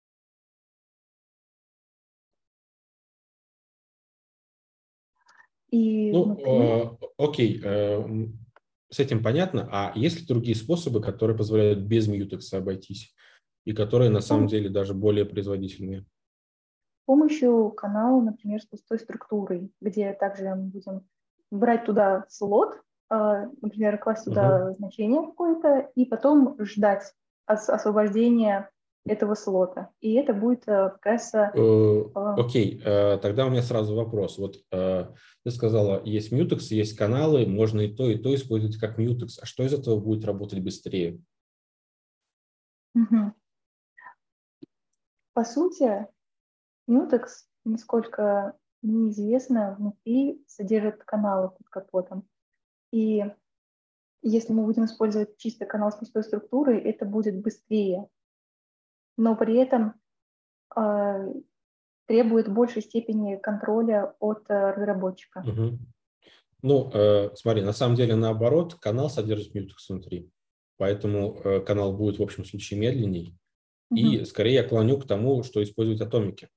И внутри... Окей, с этим понятно. А есть ли другие способы, которые позволяют без Mutex обойтись и которые на самом деле даже более производительные? С помощью канала, например, с пустой структурой, где также мы будем брать туда слот, например, класть туда значение какое-то, и потом ждать освобождения этого слота. И это будет как раз... Окей, тогда у меня сразу вопрос. Вот ты сказала, есть Mutex, есть каналы, можно и то использовать как Mutex. А что из этого будет работать быстрее? Угу. По сути, Mutex, насколько мне известно, внутри содержит каналы под капотом. И если мы будем использовать чисто канал с пустой структурой, это будет быстрее, но при этом требует большей степени контроля от разработчика. Угу. Ну, смотри, на самом деле наоборот, канал содержит Mutex внутри, поэтому канал будет в общем случае медленней. И скорее я клоню к тому, что использовать атомики.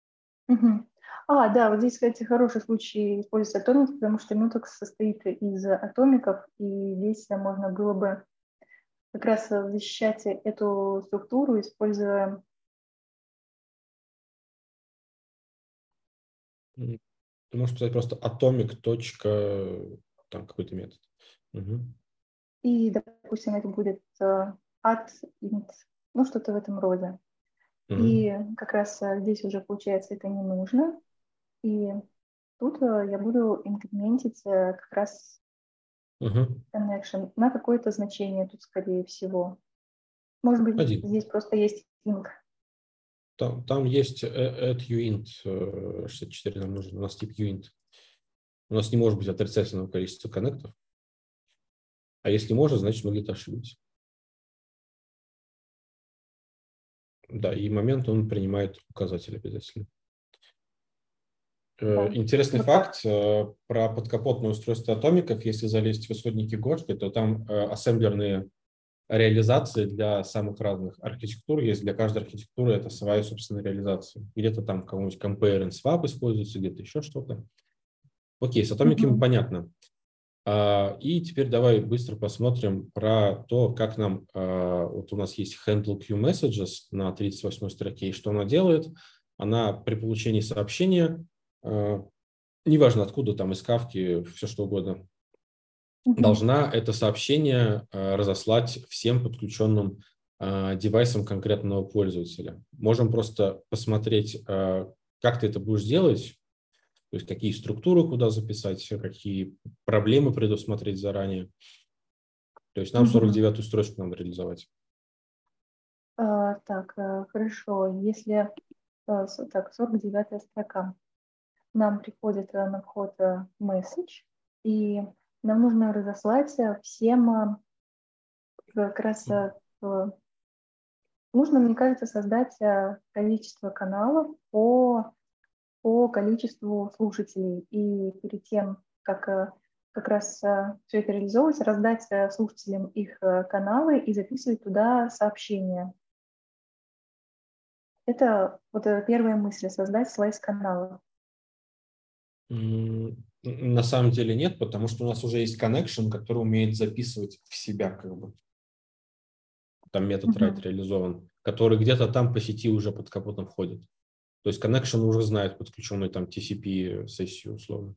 Да, вот здесь, кстати, хороший случай использовать атомики, потому что Mutex состоит из атомиков, и здесь можно было бы как раз защищать эту структуру, используя... Ты можешь писать просто atomic. Там какой-то метод. Угу. И, допустим, это будет at int, ну, что-то в этом роде. Угу. И как раз здесь уже, получается, это не нужно. И тут я буду инкрементить как раз connection на какое-то значение тут, скорее всего. Может быть, здесь просто есть int. Там есть add uint 64 нам нужен. У нас тип uint. У нас не может быть отрицательного количества коннектов. А если может, значит мы где-то ошиблись. Да, и момент он принимает указатель обязательно. Да. Интересный факт про подкапотное устройство атомиков. Если залезть в исходники Гошки, то там ассемблерные реализации для самых разных архитектур есть. Для каждой архитектуры это своя собственная реализация. Где-то там кому-нибудь compare and swap используется, где-то еще что-то. Окей, с атомиками понятно. И теперь давай быстро посмотрим про то, как нам... Вот у нас есть handle queue messages на 38 строке. И что она делает? Она при получении сообщения, неважно откуда, там из Kafka, все что угодно, должна это сообщение разослать всем подключенным девайсам конкретного пользователя. Можем просто посмотреть, как ты это будешь делать, то есть какие структуры куда записать, какие проблемы предусмотреть заранее. То есть нам 49-ю строчку надо реализовать. Так, хорошо. Если... Так, 49-я строка. Нам приходит на вход message, и нам нужно разослать всем как раз... Нужно, мне кажется, создать количество каналов по количеству слушателей. И перед тем, как раз все это реализовывать, раздать слушателям их каналы и записывать туда сообщения. Это вот первая мысль — создать слайс канала. На самом деле нет, потому что у нас уже есть connection, который умеет записывать в себя как бы. Там метод write реализован, который где-то там по сети уже под капотом входит. То есть connection уже знает подключенную там TCP-сессию условно.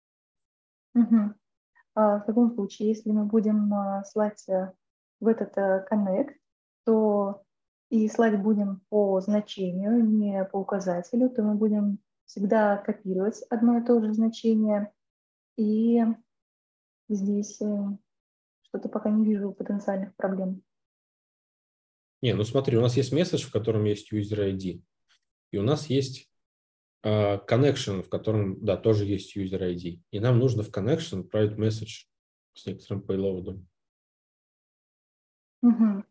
В таком случае, если мы будем слать в этот connect, то и слать будем по значению, не по указателю, то мы будем всегда копировать одно и то же значение И здесь что-то пока не вижу потенциальных проблем. Не, ну смотри, у нас есть месседж, в котором есть user ID, и у нас есть connection, в котором, да, тоже есть user ID. И нам нужно в connection отправить месседж с некоторым payload. Мгм.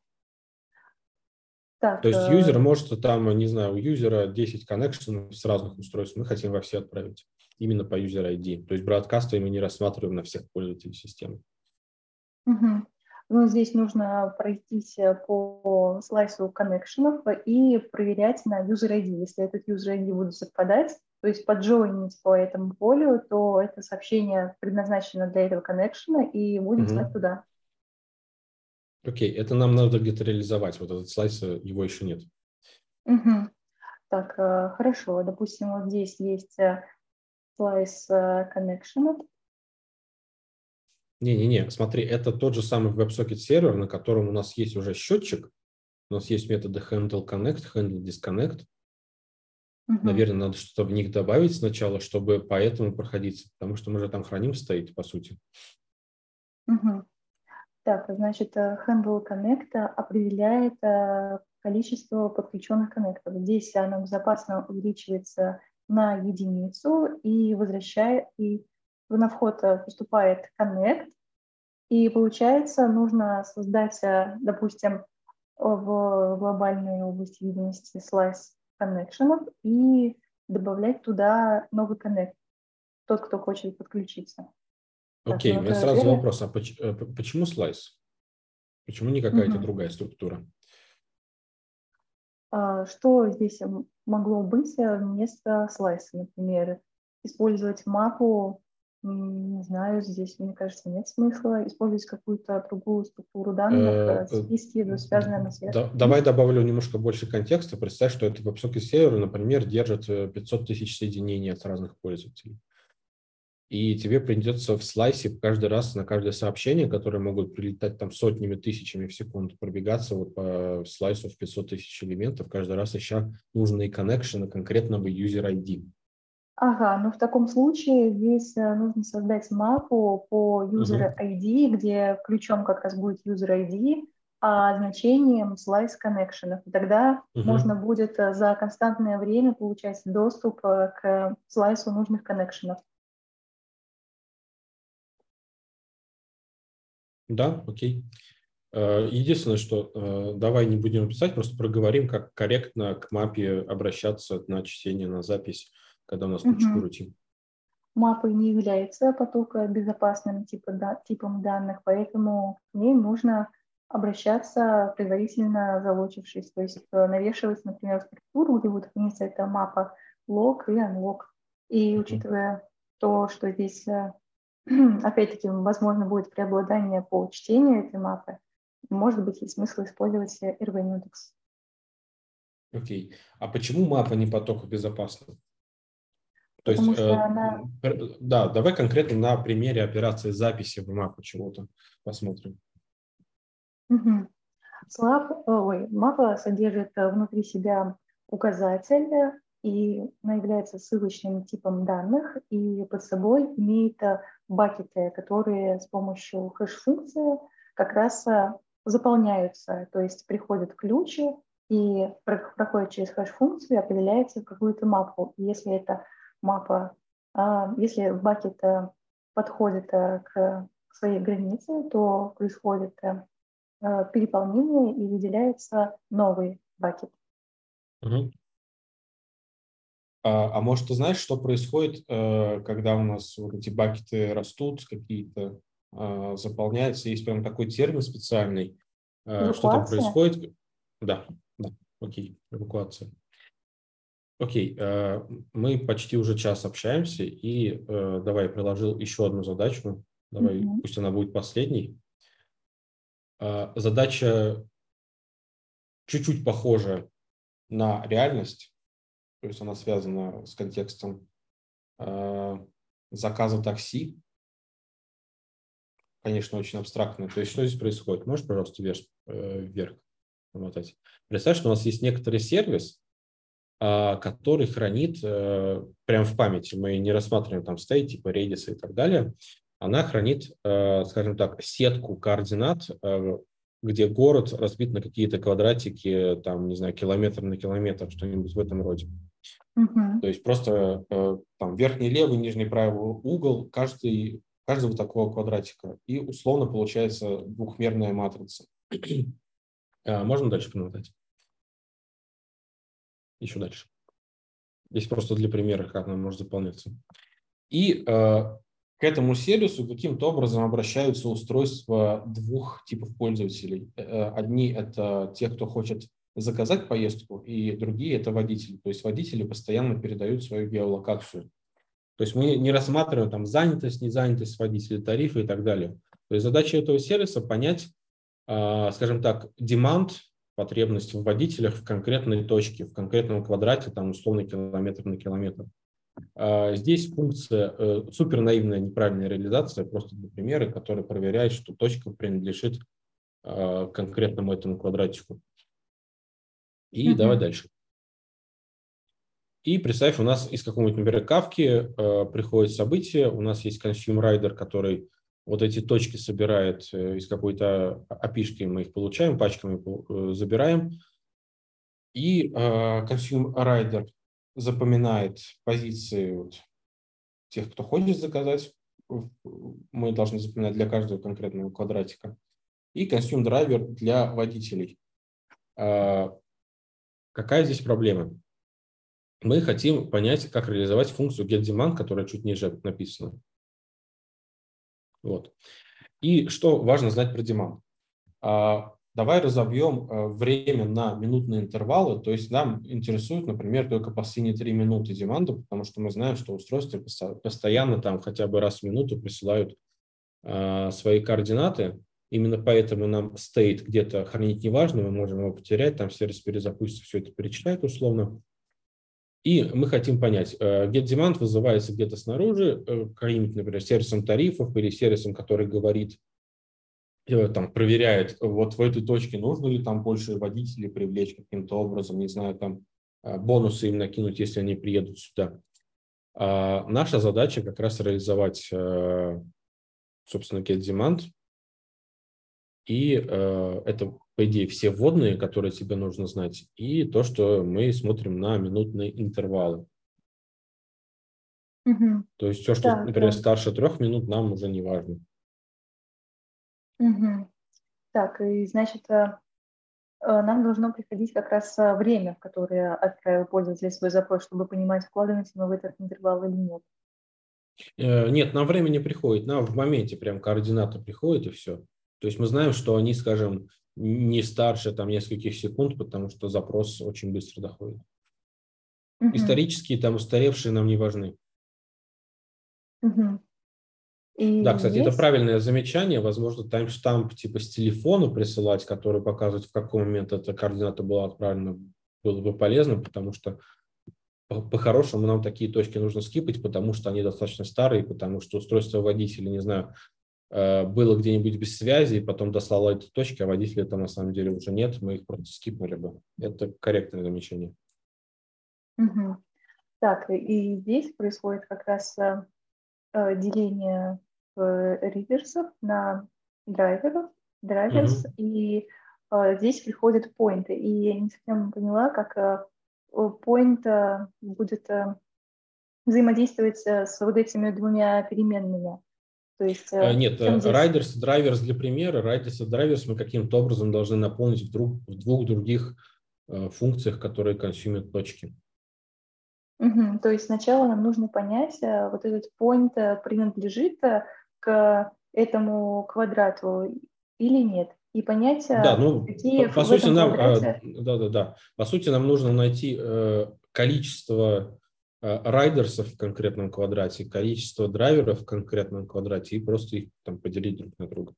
То Так, есть юзер может там, не знаю, у юзера 10 коннекшенов с разных устройств, мы хотим во все отправить именно по user ID. То есть бродкасты мы не рассматриваем на всех пользователей системы. мгм. Ну, здесь нужно пройтись по слайсу коннекшенов и проверять на user ID. Если этот user ID будет совпадать, то есть поджойнить по этому полю, то это сообщение предназначено для этого коннекшена и будем слать Мгм. туда. Окей, это нам надо где-то реализовать. Вот этот слайс, его еще нет. Мгм. Так, хорошо. Допустим, вот здесь есть слайс коннекшенов. Не-не-не, смотри, это тот же самый WebSocket сервер, на котором у нас есть уже счетчик. У нас есть методы handle connect, handle disconnect. Мгм. Наверное, надо что-то в них добавить сначала, чтобы по этому проходиться, потому что мы же там храним state, по сути. Мгм. Так, значит, handle connect определяет количество подключенных коннекторов. Здесь оно безопасно увеличивается на единицу и возвращает, и на вход поступает connect, и получается, нужно создать, допустим, в глобальной области видимости слайс коннекшенов и добавлять туда новый коннект, тот, кто хочет подключиться. Так, Окей, ну у меня это сразу первое. вопрос, почему слайс? Почему не какая-то Мгм. другая структура? Что здесь могло быть вместо слайса, например? Использовать мапу, не знаю, здесь, мне кажется, нет смысла. Использовать какую-то другую структуру данных, списки, связанные на связь. Давай добавлю немножко больше контекста. Представь, что это WebSocket сервер, например, держит 500 тысяч соединений от разных пользователей. И тебе придется в слайсе каждый раз на каждое сообщение, которые могут прилетать там сотнями, тысячами в секунду, пробегаться вот по слайсу в 500 тысяч элементов, каждый раз ища нужные коннекшены конкретного user ID. Ага, ну в таком случае здесь нужно создать мапу по user Мгм. ID, где ключом как раз будет user ID, а значением slice connection. И тогда можно Мгм. будет за константное время получать доступ к слайсу нужных коннекшенов. Да, окей. Единственное, что давай не будем писать, просто проговорим, как корректно к мапе обращаться на чтение, на запись, когда у нас куча Мгм. рутин. Мапой не является потокобезопасным типом данных, поэтому к ней нужно обращаться предварительно залочившись, то есть навешивать, например, структуру, где будет храниться эта мапа log и unlock. И Мгм. учитывая то, что здесь, опять-таки, возможно, будет преобладание по чтению этой мапы, может быть, есть смысл использовать RV-Nudex. Окей. А почему мапа не потокобезопасна? То есть, Потому что она да, давай конкретно на примере операции записи в мапу чего-то посмотрим. Мгм. Мапа содержит внутри себя указатель, и она является ссылочным типом данных, и под собой имеет бакеты, которые с помощью хэш-функции как раз заполняются, то есть приходят ключи и проходят через хэш-функцию и определяется в какую-то мапу. И если эта мапа, если бакет подходит к своей границе, то происходит переполнение и выделяется новый бакет. Мгм. А может, ты знаешь, что происходит, когда у нас вот эти бакеты растут, какие-то заполняются? Есть прям такой термин специальный. Что там Эвакуация? происходит? Да, да, окей, эвакуация. Окей, мы почти уже час общаемся, и давай, я приложил еще одну задачу. Давай, Мгм. пусть она будет последней. Задача чуть-чуть похожа на реальность, то есть она связана с контекстом заказа такси. Конечно, очень абстрактно. То есть что здесь происходит? Можешь, пожалуйста, вверх помотать? Представь, что у нас есть некоторый сервис, который хранит прямо в памяти. Мы не рассматриваем там стейт, типа Redis и так далее. Она хранит, скажем так, сетку координат, где город разбит на какие-то квадратики, там, не знаю, километр на километр, что-нибудь в этом роде. То есть просто там верхний левый, нижний правый угол каждого такого квадратика. И условно получается двухмерная матрица. Можно дальше промотать? Еще дальше. Здесь просто для примера, как она может заполняться. И к этому сервису каким-то образом обращаются устройства двух типов пользователей. Одни – это те, кто хочет заказать поездку, и другие – это водители. То есть водители постоянно передают свою геолокацию. То есть мы не рассматриваем там занятость, незанятость водителей, тарифы и так далее. То есть задача этого сервиса – понять, скажем так, demand, потребность в водителях в конкретной точке, в конкретном квадрате, там условно километр на километр. Здесь функция супер наивная, неправильная реализация, просто для примера, которая проверяет, что точка принадлежит конкретному этому квадратику. И давай дальше. И представь, у нас из какого-нибудь, например, кавки приходит событие, у нас есть consume rider, который вот эти точки собирает из какой-то API-шки, мы их получаем, пачками забираем. И consume rider запоминает позиции вот тех, кто хочет заказать. Мы должны запоминать для каждого конкретного квадратика. И consume driver для водителей. Какая здесь проблема? Мы хотим понять, как реализовать функцию getDemand, которая чуть ниже написана. Вот. И что важно знать про demand? Давай разобьем время на минутные интервалы. То есть нам интересует, например, только последние 3 минуты деманда, потому что мы знаем, что устройства постоянно там хотя бы раз в минуту присылают свои координаты. Именно поэтому нам state где-то хранить не важно, мы можем его потерять, там сервис перезапустится, все это перечитает условно. И мы хотим понять, getDemand вызывается где-то снаружи, каким-нибудь, например, сервисом тарифов или сервисом, который говорит, там, проверяет, вот в этой точке нужно ли там больше водителей привлечь каким-то образом, не знаю, там бонусы им накинуть, если они приедут сюда. Наша задача как раз реализовать, собственно, getDemand. И это, по идее, все вводные, которые тебе нужно знать, и то, что мы смотрим на минутные интервалы. То есть все, что, например, старше 3 минут, нам уже не важно. Так, и значит, нам должно приходить как раз время, в которое отправил пользователь свой запрос, чтобы понимать, вкладываемся мы в этот интервал или нет. Нет, нам время не приходит, нам в моменте прям координаты приходят и все. То есть мы знаем, что они, скажем, не старше там нескольких секунд, потому что запрос очень быстро доходит. Исторические, там устаревшие нам не важны. И да, кстати, это правильное замечание. Возможно, таймштамп типа с телефона присылать, который показывает, в какой момент эта координата была отправлена, было бы полезно, потому что по-хорошему нам такие точки нужно скипать, потому что они достаточно старые, потому что устройство водителя, не знаю, было где-нибудь без связи, и потом дослало эти точки, а водителя там на самом деле уже нет, мы их просто скипнули бы. Это корректное замечание. Так, и здесь происходит как раз деление реверсов на драйверс, и здесь приходят поинты. И я не совсем поняла, как point будет взаимодействовать с вот этими двумя переменными. То есть, нет, riders, drivers для примера, riders и drivers мы каким-то образом должны наполнить в двух других функциях, которые консумят точки. То есть сначала нам нужно понять, вот этот point принадлежит к этому квадрату или нет, и понять, какие по в сути этом нам, квадрате... По сути нам нужно найти количество райдерсов в конкретном квадрате, количество драйверов в конкретном квадрате и просто их там поделить друг на друга.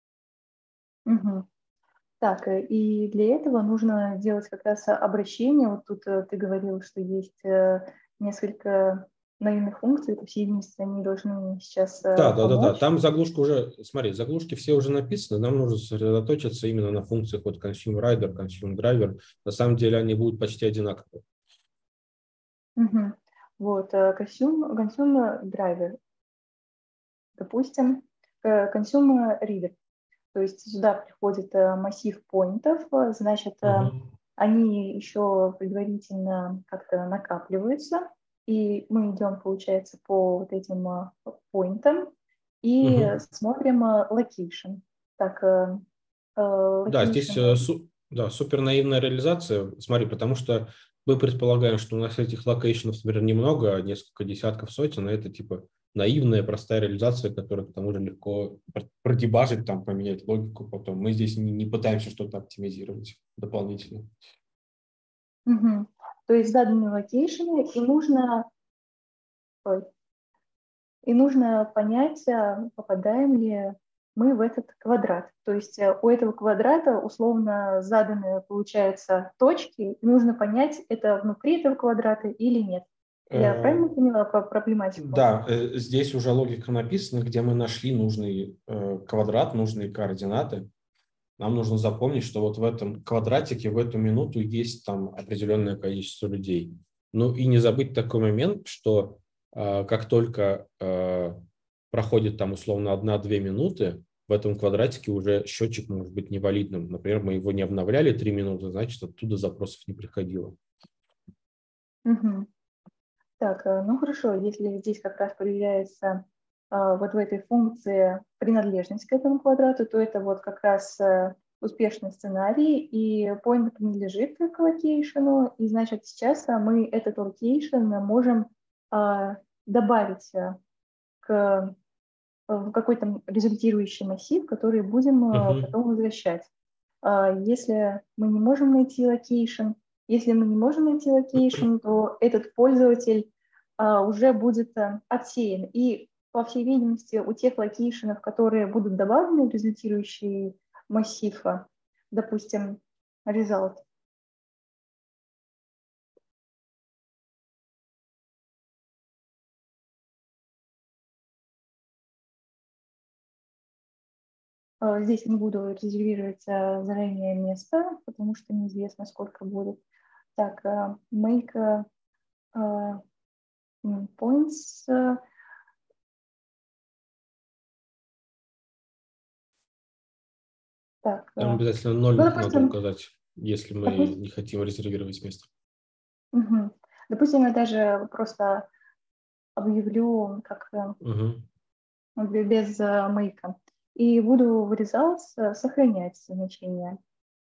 Так, и для этого нужно делать как раз обращение. Вот тут ты говорил, что есть несколько наивных функций, по всей видимости, они должны сейчас помочь. Там заглушка уже, смотри, заглушки все уже написаны, нам нужно сосредоточиться именно на функциях вот consume rider, consume driver. На самом деле они будут почти одинаковые. Мгм. Вот, consumer driver, допустим, consumer reader. То есть сюда приходит массив поинтов, значит, Мгм. они еще предварительно как-то накапливаются, и мы идем, получается, по вот этим поинтам и Мгм. смотрим location. Так, Да, здесь location. да, супер наивная реализация. Смотри, потому что мы предполагаем, что у нас этих локейшенов, например, немного, а несколько десятков, сотен, а это типа наивная, простая реализация, которую к тому же легко продебажить, там, поменять логику потом. Мы здесь не пытаемся что-то оптимизировать дополнительно. Мгм. То есть заданные локейшены, ой, и нужно понять, попадаем ли мы в этот квадрат. То есть у этого квадрата условно заданные, получается, точки, и нужно понять, это внутри этого квадрата или нет. Я правильно поняла проблематику? Да, здесь уже логика написана, где мы нашли нужный квадрат, нужные координаты. Нам нужно запомнить, что вот в этом квадратике в эту минуту есть там определенное количество людей. Ну и не забыть такой момент, что как только проходит там условно 1-2 минуты, в этом квадратике уже счетчик может быть невалидным. Например, мы его не обновляли 3 минуты, значит, оттуда запросов не приходило. Мгм. Так, ну хорошо, если здесь как раз проявляется вот в этой функции принадлежность к этому квадрату, то это вот как раз успешный сценарий, и point принадлежит к локейшену, и значит сейчас мы этот локейшн можем а, добавить в какой-то результирующий массив, который будем Мгм. потом возвращать. Если мы не можем найти локейшн, если мы не можем найти локейшн, то этот пользователь уже будет отсеян. И, по всей видимости, у тех локейшенов, которые будут добавлены в результирующий массив, допустим, result, здесь не буду резервировать заранее место, потому что неизвестно, сколько будет. Так, make points. Так, Там обязательно ну, 0 надо допустим, указать, если мы допустим, не хотим резервировать место. мгм. Допустим, я даже просто объявлю как Мгм. без мейка и буду в results сохранять значение.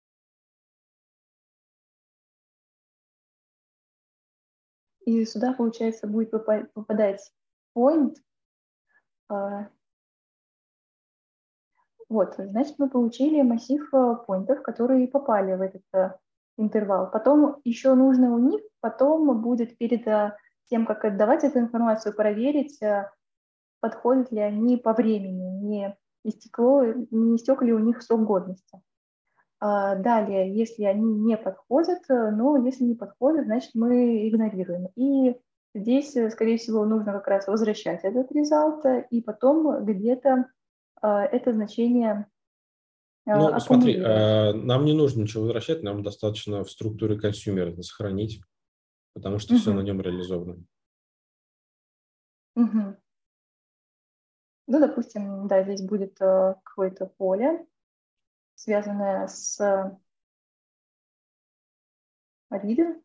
И сюда, получается, будет попадать point. Вот, значит, мы получили массив поинтов, которые попали в этот интервал. Потом еще нужно у них, потом будет перед тем, как отдавать эту информацию, проверить, подходят ли они по времени, не истек ли у них срок годности. Далее, если они не подходят, но если не подходят, значит, мы игнорируем. И здесь, скорее всего, нужно как раз возвращать этот результат, и потом где-то это значение Ну, смотри, аккумулировать. нам не нужно ничего возвращать, нам достаточно в структуре консюмера это сохранить, потому что все на Мгм. нем реализовано. Мгм. Ну, допустим, да, здесь будет какое-то поле, связанное с reader,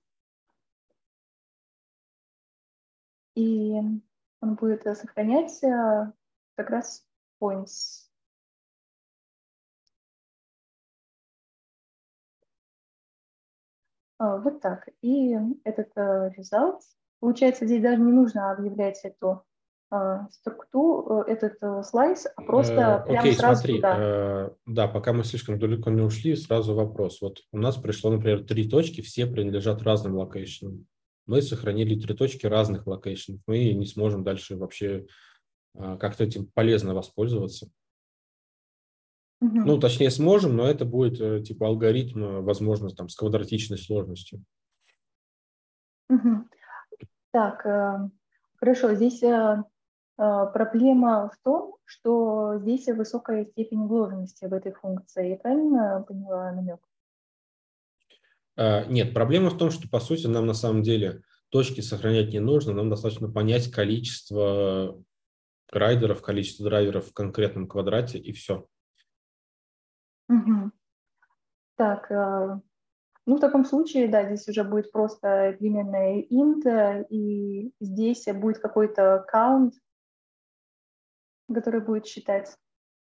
и он будет сохранять как раз points. Вот так. И этот result, получается, здесь даже не нужно объявлять эту структуру, этот слайс, а просто прямо Окей, сразу смотри, туда. да, пока мы слишком далеко не ушли, сразу вопрос. Вот у нас пришло, например, 3 точки, все принадлежат разным локейшенам. Мы сохранили 3 точки разных локейшенов. Мы не сможем дальше вообще как-то этим полезно воспользоваться. Ну, Мгм. точнее, сможем, но это будет типа алгоритм, возможно, там, с квадратичной сложностью. Мгм. Так, хорошо, здесь проблема в том, что здесь высокая степень вложенности в этой функции. Я правильно поняла намек? Нет, проблема в том, что, по сути, нам на самом деле точки сохранять не нужно, нам достаточно понять количество райдеров, количество драйверов в конкретном квадрате, и все. Мгм. Так, ну, в таком случае, да, здесь уже будет просто переменная int, и здесь будет какой-то count, который будет считать.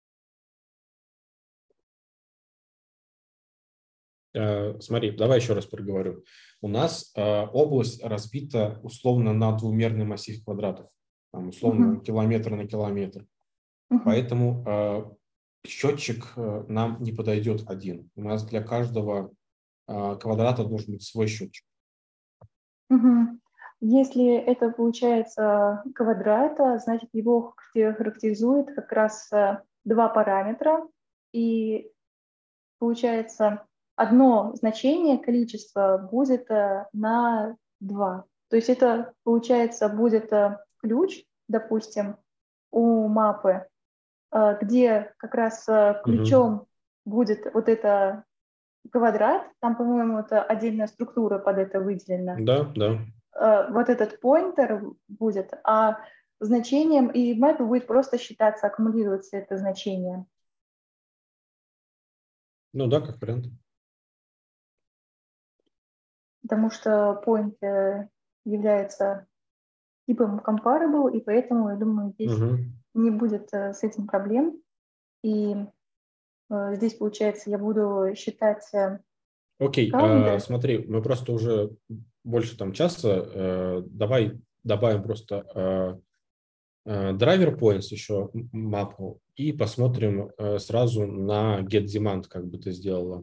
Смотри, давай еще раз проговорю. У нас область разбита условно на двумерный массив квадратов, там, условно Мгм. километр на километр. Мгм. Поэтому счетчик нам не подойдет один. У нас для каждого квадрата должен быть свой счетчик. Мгм. Если это получается квадрат, значит его характеризует как раз два параметра, и получается одно значение, количество будет на 2. То есть это получается будет ключ, допустим, у мапы, где как раз Мгм. ключом будет вот это квадрат, там, по-моему, это отдельная структура под это выделена. Да, да. Вот этот поинтер будет, а значением и в мапе будет просто считаться, аккумулироваться это значение. Ну да, как вариант. Потому что point является типом comparable, и поэтому, я думаю, здесь Мгм. не будет с этим проблем. И здесь, получается, я буду считать Окей, каунты. смотри, мы просто уже больше там часа, давай добавим просто драйвер points еще мапу и посмотрим сразу на get demand, как бы ты сделала.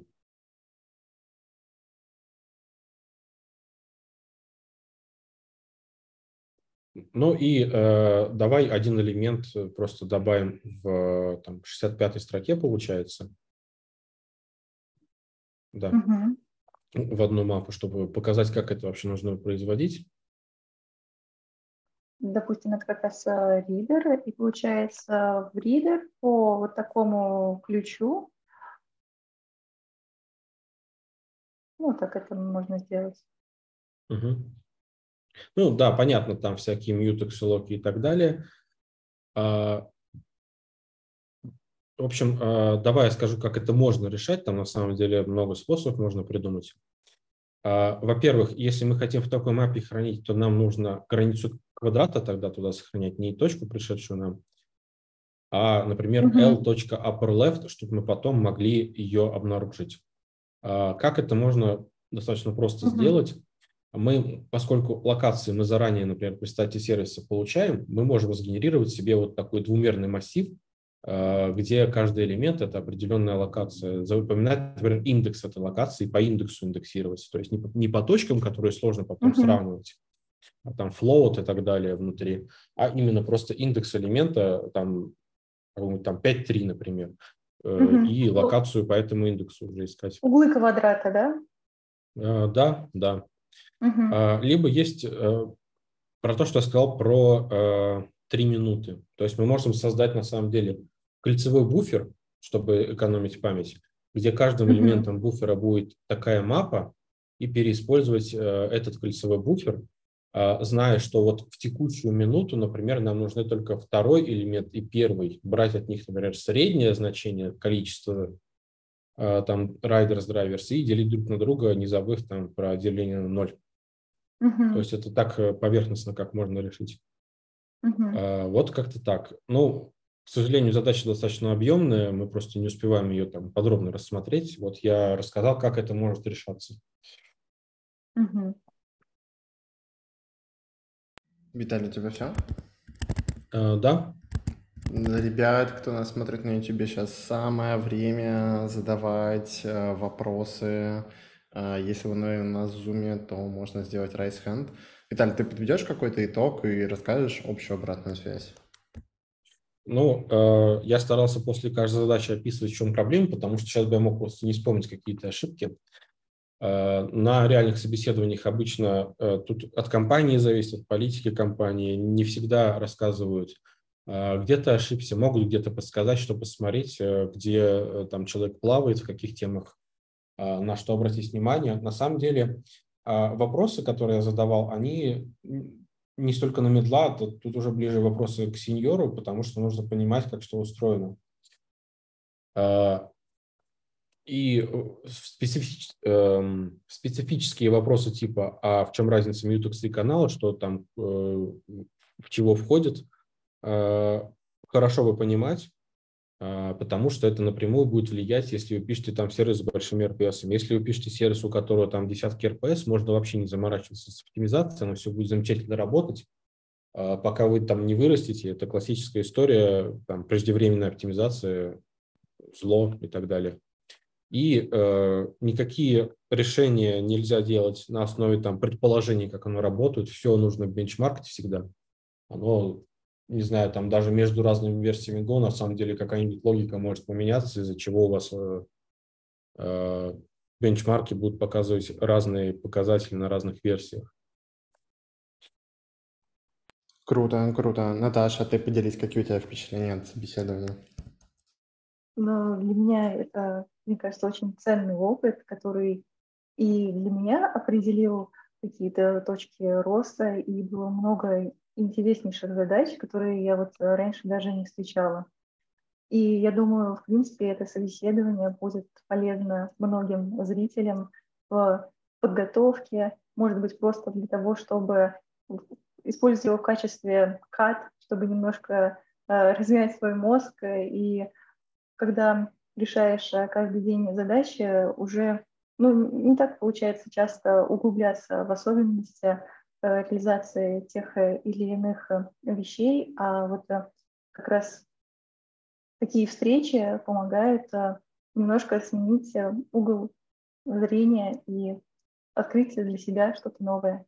Ну и давай один элемент просто добавим в там, 65-й строке, получается, да, Мгм. в одну мапу, чтобы показать, как это вообще нужно производить. Допустим, это как раз reader, и получается в reader по вот такому ключу, ну, так это можно сделать. Мгм. Ну да, понятно, там всякие мьютексы, локи и так далее. В общем, давай я скажу, как это можно решать. Там на самом деле много способов можно придумать. Во-первых, если мы хотим в такой мапе хранить, то нам нужно границу квадрата тогда туда сохранять, не точку, пришедшую нам, а, например, Мгм. l.upperLeft, чтобы мы потом могли ее обнаружить. Как это можно достаточно просто Мгм. сделать? Мы, поскольку локации мы заранее, например, при старте сервиса получаем, мы можем сгенерировать себе вот такой двумерный массив, где каждый элемент – это определенная локация. Запоминать, например, индекс этой локации, по индексу индексировать. То есть не по точкам, которые сложно потом Мгм. сравнивать, а там float и так далее внутри, а именно просто индекс элемента, там, какой-нибудь там 5.3, например, Мгм. и локацию по этому индексу уже искать. Углы квадрата, да? Да, да. Мгм. Либо есть про то, что я сказал про 3 минуты. То есть мы можем создать на самом деле кольцевой буфер, чтобы экономить память, где каждым Мгм. элементом буфера будет такая мапа, и переиспользовать этот кольцевой буфер, зная, что вот в текущую минуту, например, нам нужны только второй элемент и первый, брать от них, например, среднее значение, количество там riders, drivers и делить друг на друга, не забыв там про деление на ноль. То Мгм. есть это так поверхностно, как можно решить. Мгм. Вот как-то так. Ну, к сожалению, задача достаточно объемная, мы просто не успеваем ее там подробно рассмотреть. Вот я рассказал, как это может решаться. Мгм. Виталий, у тебя все? Да, Ребят, кто нас смотрит на YouTube, сейчас самое время задавать вопросы. Если вы на нас в Zoom, то можно сделать raise hand. Виталий, ты подведешь какой-то итог и расскажешь общую обратную связь? ну, я старался после каждой задачи описывать, в чем проблема, потому что сейчас бы я мог просто не вспомнить какие-то ошибки. На реальных собеседованиях обычно тут от компании зависит, от политики компании, не всегда рассказывают, где ты ошибся, могут где-то подсказать, что посмотреть, где там человек плавает, в каких темах, на что обратить внимание. На самом деле вопросы, которые я задавал, они не столько на медла, тут уже ближе вопросы к сеньору, потому что нужно понимать, как что устроено. И специфические вопросы типа, а в чем разница Mutex и канала, что там, в чего входит, хорошо бы понимать, потому что это напрямую будет влиять, если вы пишете там сервис с большими RPS. Если вы пишете сервис, у которого там десятки RPS, можно вообще не заморачиваться с оптимизацией, оно все будет замечательно работать. Пока вы там не вырастете, это классическая история, там, преждевременная оптимизация, зло и так далее. И никакие решения нельзя делать на основе там, предположений, как оно работает. Все нужно бенчмаркать всегда. Оно, не знаю, там даже между разными версиями Go на самом деле какая-нибудь логика может поменяться, из-за чего у вас бенчмарки будут показывать разные показатели на разных версиях. Круто, круто. Наташа, ты поделись, какие у тебя впечатления от собеседования? Но для меня это, мне кажется, очень ценный опыт, который и для меня определил какие-то точки роста, и было много интереснейших задач, которые я вот раньше даже не встречала. И я думаю, в принципе, это собеседование будет полезно многим зрителям в подготовке, может быть, просто для того, чтобы использовать его в качестве кат, чтобы немножко развивать свой мозг. И когда решаешь каждый день задачи, уже не так получается часто углубляться в особенности реализации тех или иных вещей, а вот как раз такие встречи помогают немножко сменить угол зрения и открыть для себя что-то новое.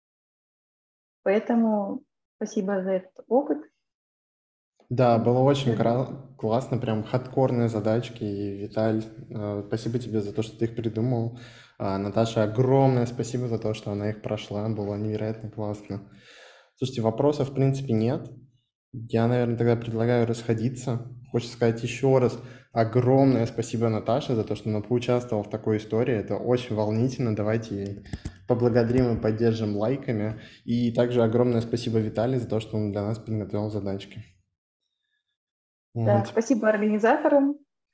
Поэтому спасибо за этот опыт. Да, было очень классно, прям хардкорные задачки. И, Виталь, спасибо тебе за то, что ты их придумал. Наташа, огромное спасибо за то, что она их прошла. Было невероятно классно. Слушайте, вопросов в принципе нет. Я, наверное, тогда предлагаю расходиться. Хочется сказать еще раз огромное спасибо Наташе за то, что она поучаствовала в такой истории. Это очень волнительно. Давайте ей поблагодарим и поддержим лайками. И также огромное спасибо Виталию за то, что он для нас подготовил задачки. Да, Вот. спасибо организаторам.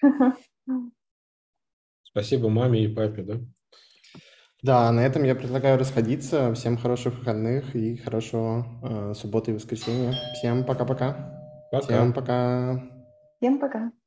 Спасибо маме и папе, да? Да, на этом я предлагаю расходиться. Всем хороших выходных и хорошего субботы и воскресенья. Всем пока-пока. Пока. Всем пока. Всем пока.